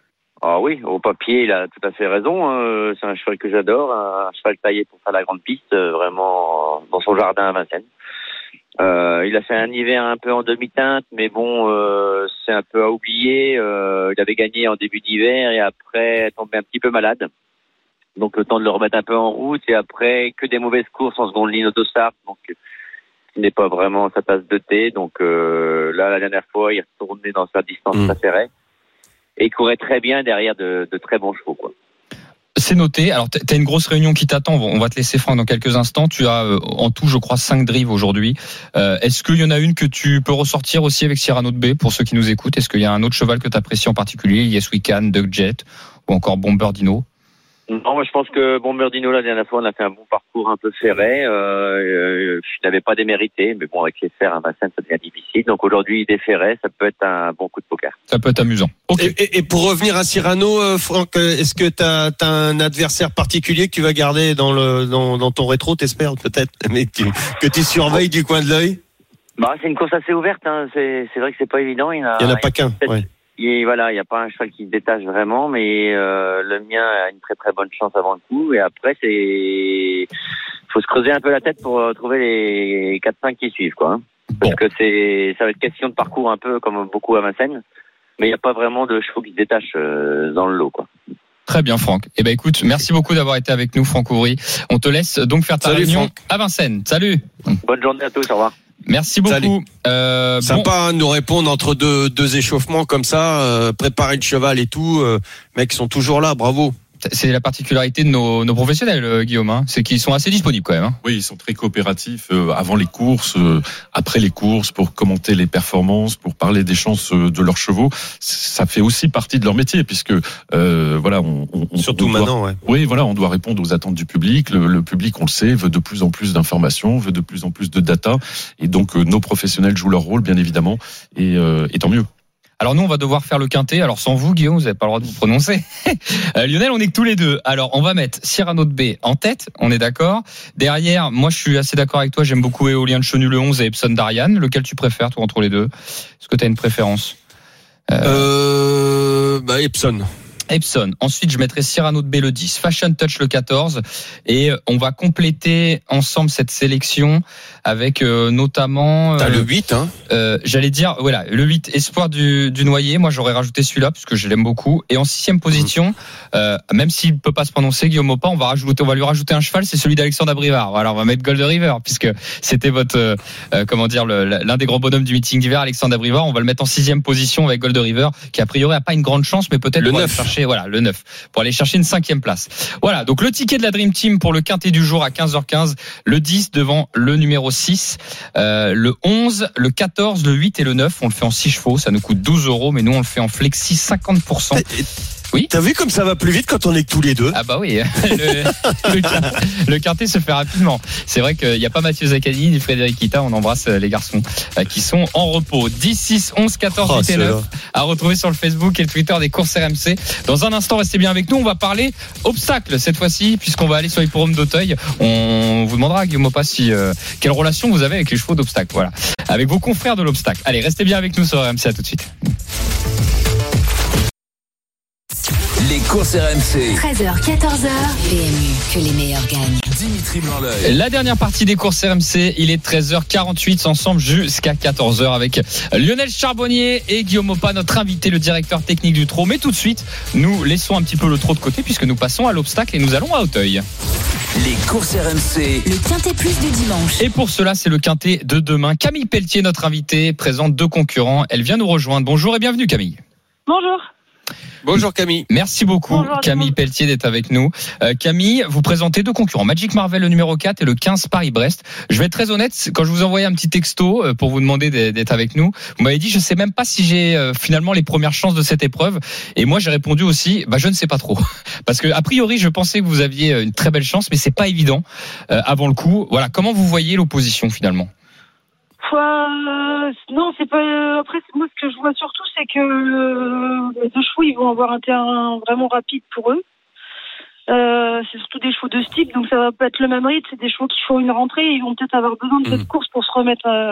Ah oui, au papier, il a tout à fait raison. Euh, c'est un cheval que j'adore, un cheval taillé pour faire la grande piste, euh, vraiment dans son jardin à Vincennes. Euh, il a fait un hiver un peu en demi-teinte, mais bon, euh, c'est un peu à oublier. Euh, il avait gagné en début d'hiver et après tombé un petit peu malade. Donc le temps de le remettre un peu en route, et après que des mauvaises courses en seconde ligne autostart, donc ce n'est pas vraiment sa tasse de thé. Donc euh, là, la dernière fois, il est retourné dans sa distance mmh. préférée et il courait très bien derrière de, de très bons chevaux, quoi. C'est noté. Alors, tu as une grosse réunion qui t'attend. On va te laisser, Franck, dans quelques instants. Tu as euh, en tout, je crois, cinq drives aujourd'hui. Euh, est-ce qu'il y en a une que tu peux ressortir aussi avec Cyrano de B pour ceux qui nous écoutent? Est-ce qu'il y a un autre cheval que tu apprécies en particulier? Yes We Can, Duck Jet ou encore Bombardino? Non, moi je pense que Bombardino, la dernière fois, on a fait un bon parcours un peu ferré. Euh, je n'avais pas démérité, mais bon, avec les fers à Vincennes, ça devient difficile. Donc aujourd'hui, il est ferré, ça peut être un bon coup de poker. Ça peut être amusant. Okay. Et, et, et pour revenir à Cyrano, euh, Franck, est-ce que tu as un adversaire particulier que tu vas garder dans, le, dans, dans ton rétro, t'espères peut-être, mais tu, que tu surveilles du coin de l'œil? Bah, c'est une course assez ouverte. Hein. C'est, c'est vrai que c'est pas évident. Il n'y en, en a pas qu'un. Ouais. Et voilà, il n'y a pas un cheval qui se détache vraiment, mais euh, le mien a une très très bonne chance avant le coup. Et après, c'est faut se creuser un peu la tête pour trouver les quatre cinq qui suivent, quoi. Hein. Parce bon. que c'est ça va être question de parcours un peu comme beaucoup à Vincennes, mais il n'y a pas vraiment de chevaux qui se détachent euh, dans le lot, quoi. Très bien, Franck. Eh ben écoute, merci beaucoup d'avoir été avec nous, Franck Ouvry. On te laisse donc faire ta Salut, réunion Franck. à Vincennes. Salut. Bonne journée à tous. Au revoir. Merci beaucoup. Euh, Sympa bon. de nous répondre entre deux, deux échauffements comme ça, euh, préparer le cheval et tout. Euh, mecs sont toujours là, bravo. c'est la particularité de nos, nos professionnels, euh, Guillaume. Hein. C'est qu'ils sont assez disponibles quand même. Hein. Oui, ils sont très coopératifs euh, avant les courses, euh, après les courses, pour commenter les performances, pour parler des chances euh, de leurs chevaux. Ça fait aussi partie de leur métier, puisque euh, voilà, on, on surtout on doit, maintenant, ouais. Oui, voilà, on doit répondre aux attentes du public. Le, le public, on le sait, veut de plus en plus d'informations, veut de plus en plus de data, et donc euh, nos professionnels jouent leur rôle, bien évidemment, et, euh, et tant mieux. Alors nous, on va devoir faire le quintet. Alors sans vous, Guillaume, vous n'avez pas le droit de vous prononcer. euh, Lionel, on est que tous les deux. Alors on va mettre Cyrano de B en tête, on est d'accord. Derrière, moi je suis assez d'accord avec toi, j'aime beaucoup Éolien de Chenu le onze et Epson d'Ariane. Lequel tu préfères, toi, entre les deux? Est-ce que tu as une préférence? euh... euh... Bah Epson. Epson. Ensuite, je mettrai Cyrano de B le dix, Fashion Touch le quatorze, et on va compléter ensemble cette sélection avec euh, notamment. T'as euh, le huit, hein. Euh, j'allais dire, voilà, le huit, Espoir du, du Noyer. Moi, j'aurais rajouté celui-là parce que je l'aime beaucoup. Et en sixième position, mmh. euh, même s'il peut pas se prononcer, Guillaume Maupin, on va rajouter, on va lui rajouter un cheval, c'est celui d'Alexandre Abrivard. Voilà, on va mettre Gold River puisque c'était votre, euh, comment dire, le, l'un des grands bonhommes du meeting d'hiver, Alexandre Abrivard. On va le mettre en sixième position avec Gold River, qui a priori a pas une grande chance, mais peut-être le pour neuf. aller chercher, voilà, le neuf, pour aller chercher une cinquième place. Voilà, donc le ticket de la Dream Team pour le quintet du jour à quinze heures quinze, le dix devant le numéro six, euh, le onze, le quatorze, le huit et le neuf. On le fait en six chevaux, ça nous coûte douze euros, mais nous on le fait en flexi cinquante pour cent. Oui. T'as vu comme ça va plus vite quand on est tous les deux? Ah bah oui, le, le, quintet, le quintet se fait rapidement. C'est vrai qu'il n'y a pas Mathieu Zaccani ni Frédéric Kita, on embrasse les garçons qui sont en repos. dix, six, onze, quatorze, huit et neuf à retrouver sur le Facebook et le Twitter des courses R M C. Dans un instant, restez bien avec nous, on va parler obstacles cette fois-ci, puisqu'on va aller sur l'hippodrome d'Auteuil. On vous demandera, Guillaume Maupin, si, euh, quelle relation vous avez avec les chevaux d'obstacles, voilà, avec vos confrères de l'obstacle. Allez, restez bien avec nous sur R M C, à tout de suite. Les courses R M C. treize heures, quatorze heures. P M U, que les meilleurs gagnent. Dimitri Blanc-L'Oeil. La dernière partie des courses R M C, il est treize heures quarante-huit, ensemble jusqu'à quatorze heures avec Lionel Charbonnier et Guillaume Maupin, notre invité, le directeur technique du trot. Mais tout de suite, nous laissons un petit peu le trot de côté puisque nous passons à l'obstacle et nous allons à Auteuil. Les courses R M C. Le quintet plus du dimanche. Et pour cela, c'est le quintet de demain. Camille Pelletier, notre invitée, présente deux concurrents. Elle vient nous rejoindre. Bonjour et bienvenue, Camille. Bonjour. Bonjour Camille. Merci beaucoup Bonjour, Camille Pelletier d'être avec nous. Euh, Camille, vous présentez deux concurrents, Magic Marvel le numéro quatre et le quinze Paris-Brest. Je vais être très honnête, quand je vous envoyais un petit texto pour vous demander d'être avec nous, vous m'avez dit je sais même pas si j'ai euh, finalement les premières chances de cette épreuve, et moi j'ai répondu aussi bah je ne sais pas trop. Parce que a priori je pensais que vous aviez une très belle chance, mais c'est pas évident euh, avant le coup. Voilà, comment vous voyez l'opposition finalement? Euh, non, c'est pas. Après, moi, ce que je vois surtout, c'est que euh, les deux chevaux, ils vont avoir un terrain vraiment rapide pour eux. Euh, c'est surtout des chevaux de stick, donc ça va pas être le même rythme. C'est des chevaux qui font une rentrée, et ils vont peut-être avoir besoin de cette mmh. course pour se remettre, euh,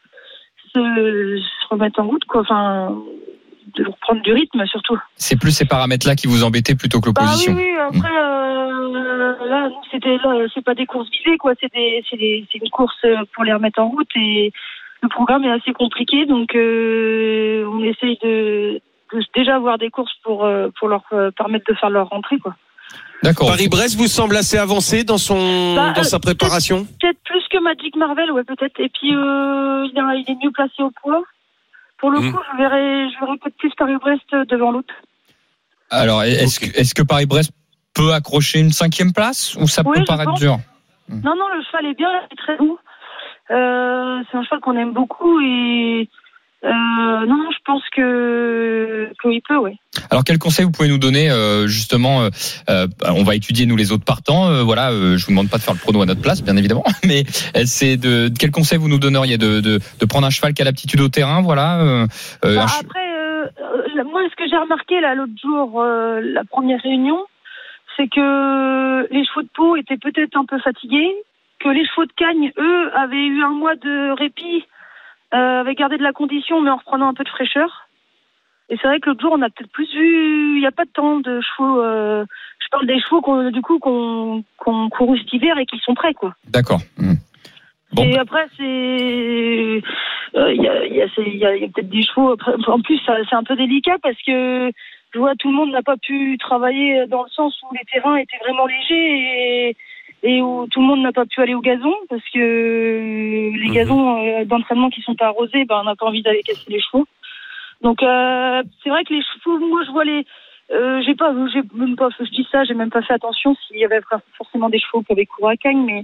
se, se remettre en route, quoi. Enfin, de reprendre du rythme, surtout. C'est plus ces paramètres-là qui vous embêtaient plutôt que l'opposition. Bah oui, oui. Après, mmh. euh, là, nous, c'était là, c'est pas des courses visées, quoi. C'est des, c'est des, c'est une course pour les remettre en route, et le programme est assez compliqué, donc euh, on essaye de, de déjà avoir des courses pour euh, pour leur euh, permettre de faire leur rentrée, quoi. D'accord. Paris-Brest vous semble assez avancé dans son bah, dans euh, sa préparation. Peut-être, peut-être plus que Magic Marvel, ouais, peut-être. Et puis euh, il, est, il est mieux placé au poids. Pour le mmh. coup, je verrais, je verrais peut-être plus Paris-Brest devant l'autre. Alors, est-ce okay. que est-ce que Paris-Brest peut accrocher une cinquième place ou ça oui, peut paraître dur? Non, non, le cheval est bien, il est très doux. Euh, c'est un cheval qu'on aime beaucoup et euh, non, non, je pense que qu'il peut, oui. Alors, quel conseil vous pouvez nous donner euh, justement euh, on va étudier nous les autres partants. Euh, voilà, euh, je vous demande pas de faire le prono à notre place, bien évidemment, mais c'est de, de quel conseil vous nous donneriez de, de de prendre un cheval qui a l'aptitude au terrain, voilà. Euh, bah, che... Après, euh, moi, ce que j'ai remarqué là l'autre jour, euh, la première réunion, c'est que les chevaux de Pau étaient peut-être un peu fatigués, que les chevaux de Cagnes, eux, avaient eu un mois de répit, euh, avaient gardé de la condition, mais en reprenant un peu de fraîcheur. Et c'est vrai que l'autre jour, on a peut-être plus vu, il n'y a pas tant de chevaux, euh, je parle des chevaux qu'on, du coup, qu'on, qu'on couru cet hiver et qui sont prêts, quoi. D'accord. Mmh. Bon. Et après, c'est, il euh, y a, y a, y a, y a peut-être des chevaux, en plus, ça, c'est un peu délicat parce que je vois tout le monde n'a pas pu travailler dans le sens où les terrains étaient vraiment légers et, et où tout le monde n'a pas pu aller au gazon parce que les mmh. gazons euh, d'entraînement qui sont pas arrosés, ben, on n'a pas envie d'aller casser les chevaux. Donc euh, c'est vrai que les chevaux, moi je vois les Euh, j'ai pas, j'ai même pas, je dis ça, j'ai même pas fait attention s'il y avait forcément des chevaux qui avaient couru à Cagnes, mais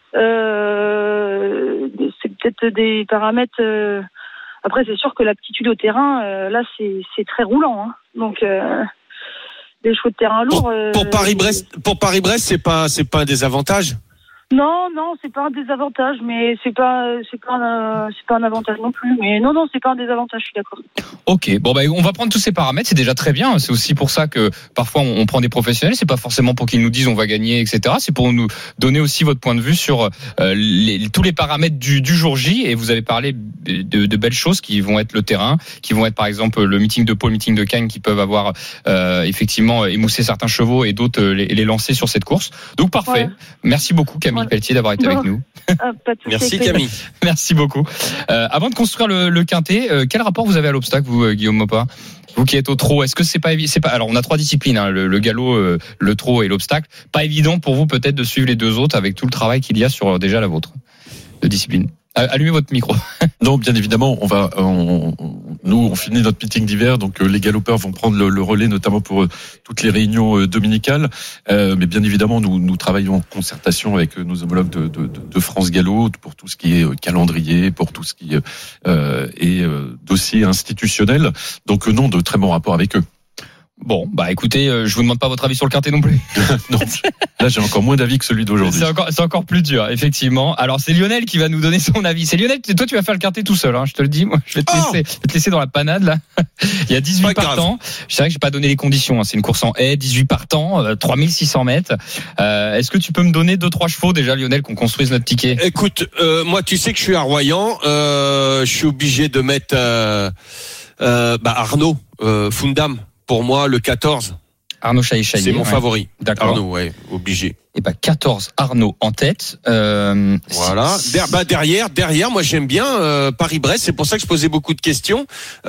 euh, c'est peut-être des paramètres. Euh, après, c'est sûr que l'aptitude au terrain, euh, là, c'est, c'est très roulant, hein. Donc, euh, les chevaux de terrain lourds. Pour, euh, pour Paris-Brest, pour Paris-Brest, c'est pas, c'est pas un désavantage. Non, non, c'est pas un désavantage, mais c'est pas, c'est pas, un, c'est pas un avantage non plus. Mais non, non, c'est pas un désavantage, je suis d'accord. Ok, bon bah on va prendre tous ces paramètres, c'est déjà très bien. C'est aussi pour ça que parfois on, on prend des professionnels. C'est pas forcément pour qu'ils nous disent on va gagner, et cetera. C'est pour nous donner aussi votre point de vue sur euh, les, tous les paramètres du, du jour J. Et vous avez parlé de, de belles choses qui vont être le terrain, qui vont être par exemple le meeting de Pau, le meeting de Cagnes, qui peuvent avoir euh, effectivement émoussé certains chevaux et d'autres euh, les, les lancer sur cette course. Donc parfait. Ouais. Merci beaucoup Camille ouais. Pelletier d'avoir été bon. avec nous. Ah, Merci Camille. Merci beaucoup. Euh, avant de construire le, le quintet, euh, quel rapport vous avez à l'obstacle, vous, euh, Guillaume Maupas? Vous qui êtes au trot, est-ce que c'est pas c'est pas alors on a trois disciplines, hein, le, le galop, euh, le trot et l'obstacle. Pas évident pour vous peut-être de suivre les deux autres avec tout le travail qu'il y a sur déjà la vôtre de discipline. Allumez votre micro. Non, bien évidemment, on va, on, nous, on finit notre meeting d'hiver, donc euh, les galopeurs vont prendre le, le relais, notamment pour euh, toutes les réunions euh, dominicales. Euh, mais bien évidemment, nous, nous travaillons en concertation avec euh, nos homologues de, de, de France Galop pour tout ce qui est euh, calendrier, pour tout ce qui euh, est euh, dossier institutionnel. Donc, euh, non, de très bons rapports avec eux. Bon, bah écoutez, euh, je vous demande pas votre avis sur le quintet non plus. Non, là j'ai encore moins d'avis que celui d'aujourd'hui. C'est encore, c'est encore plus dur, effectivement. Alors c'est Lionel qui va nous donner son avis. C'est Lionel, toi tu vas faire le quintet tout seul, hein, je te le dis. Moi, je vais te laisser, oh je vais te laisser dans la panade là. Il y a dix-huit partants. C'est vrai que j'ai pas donné les conditions. Hein. C'est une course en haie, dix-huit partants, euh, trois mille six cents mètres. Euh, est-ce que tu peux me donner deux trois chevaux déjà, Lionel, qu'on construise notre ticket? Écoute, euh, moi tu sais que je suis à Royan. Euh, je suis obligé de mettre euh, euh, bah, Arnaud euh, Fundam. Pour moi, le quatorze. Arnaud Chailly-Chailly. C'est mon ouais. favori. D'accord. Arnaud, ouais, obligé. Et bah quatorze Arnaud en tête. Euh, voilà. Der, bah derrière, derrière, moi j'aime bien euh, Paris-Brest. C'est pour ça que je posais beaucoup de questions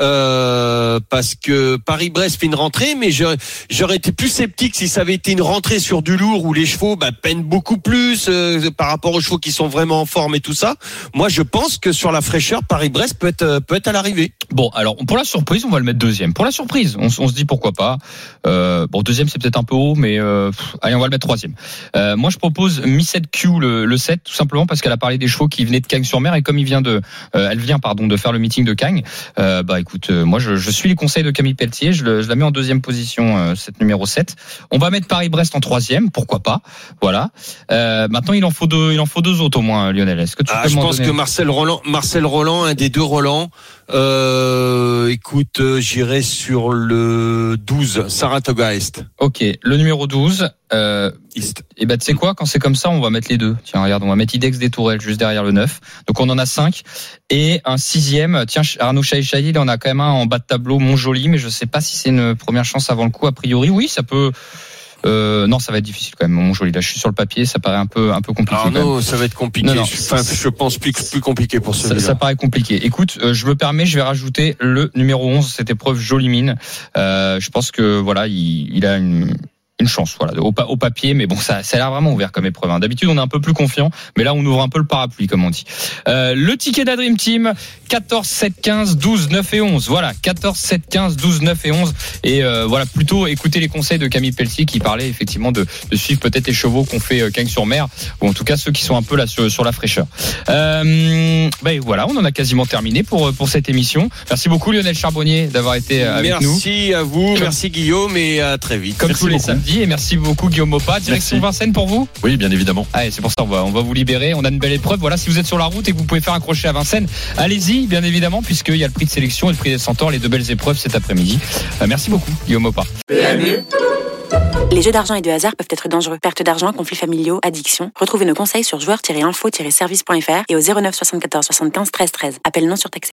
euh, parce que Paris-Brest fait une rentrée, mais j'aurais, j'aurais été plus sceptique si ça avait été une rentrée sur du lourd où les chevaux bah, peinent beaucoup plus euh, par rapport aux chevaux qui sont vraiment en forme et tout ça. Moi, je pense que sur la fraîcheur, Paris-Brest peut être peut être à l'arrivée. Bon, alors pour la surprise, on va le mettre deuxième. Pour la surprise, on, on se dit pourquoi pas. Euh, bon, deuxième c'est peut-être un peu haut, mais euh, pff, allez, on va le mettre troisième. Euh, moi, je propose Miss Q le, le sept, tout simplement parce qu'elle a parlé des chevaux qui venaient de Cagnes-sur-Mer et comme il vient de, euh, elle vient pardon de faire le meeting de Cagnes. Euh, bah écoute, euh, moi je, je suis les conseils de Camille Pelletier, je, le, je la mets en deuxième position, euh, cette numéro sept. On va mettre Paris-Brest en troisième, pourquoi pas. Voilà. Euh, maintenant, il en faut deux, il en faut deux autres au moins, Lionel. Est-ce que tu ah, peux je m'en pense donner... que Marcel Roland, Marcel Roland, un des deux Roland. Euh, écoute, euh, j'irai sur le douze, Saratoga Est. Ok, le numéro douze. Euh, et bah tu sais quoi, quand c'est comme ça, on va mettre les deux. Tiens, regarde, on va mettre Idex des Tourelles juste derrière le neuf. Donc on en a cinq. Et un sixième, tiens, Arnaud Chailly-Chailly, il en a quand même un en bas de tableau, Montjoli, mais je sais pas si c'est une première chance avant le coup. A priori, oui, ça peut. Euh, non, ça va être difficile quand même. Montjoli, là, je suis sur le papier, ça paraît un peu, un peu compliqué. Ah non, ça va être compliqué. Non, non, enfin, je pense plus, plus compliqué pour celui-là. Ça, ça paraît compliqué. Écoute, euh, je me permets, je vais rajouter le numéro onze, cette épreuve Jolie Mine. Euh, je pense que voilà, il, il a une. Une chance, voilà, au, au papier, mais bon, ça, ça a l'air vraiment ouvert comme épreuve. Hein. D'habitude, on est un peu plus confiant, mais là, on ouvre un peu le parapluie, comme on dit. Euh, le ticket de la Dream Team, quatorze, sept, quinze, douze, neuf et onze. Voilà, quatorze, sept, quinze, douze, neuf et onze. Et euh, voilà, plutôt écoutez les conseils de Camille Pelletier qui parlait effectivement de, de suivre peut-être les chevaux qu'on fait euh, Cagnes-sur-Mer, ou en tout cas ceux qui sont un peu là sur, sur la fraîcheur. Euh, ben voilà, on en a quasiment terminé pour pour cette émission. Merci beaucoup Lionel Charbonnier d'avoir été avec merci nous. Merci à vous, comme, merci Guillaume et à très vite. Comme merci tous les beaucoup. samedis. Et merci beaucoup Guillaume Maupas. Direction merci. Vincennes pour vous? Oui, bien évidemment. Allez, c'est pour ça on va on va vous libérer. On a une belle épreuve. Voilà, si vous êtes sur la route et que vous pouvez faire un crochet à Vincennes, allez-y, bien évidemment, puisqu'il y a le prix de sélection et le prix des Centaures, les deux belles épreuves cet après-midi. Euh, merci beaucoup Guillaume Maupas. Les jeux d'argent et de hasard peuvent être dangereux. Perte d'argent, conflits familiaux, addiction. Retrouvez nos conseils sur joueurs tiret info tiret service point f r et au zéro neuf soixante-quatorze soixante-quinze treize treize. Appel non surtaxé.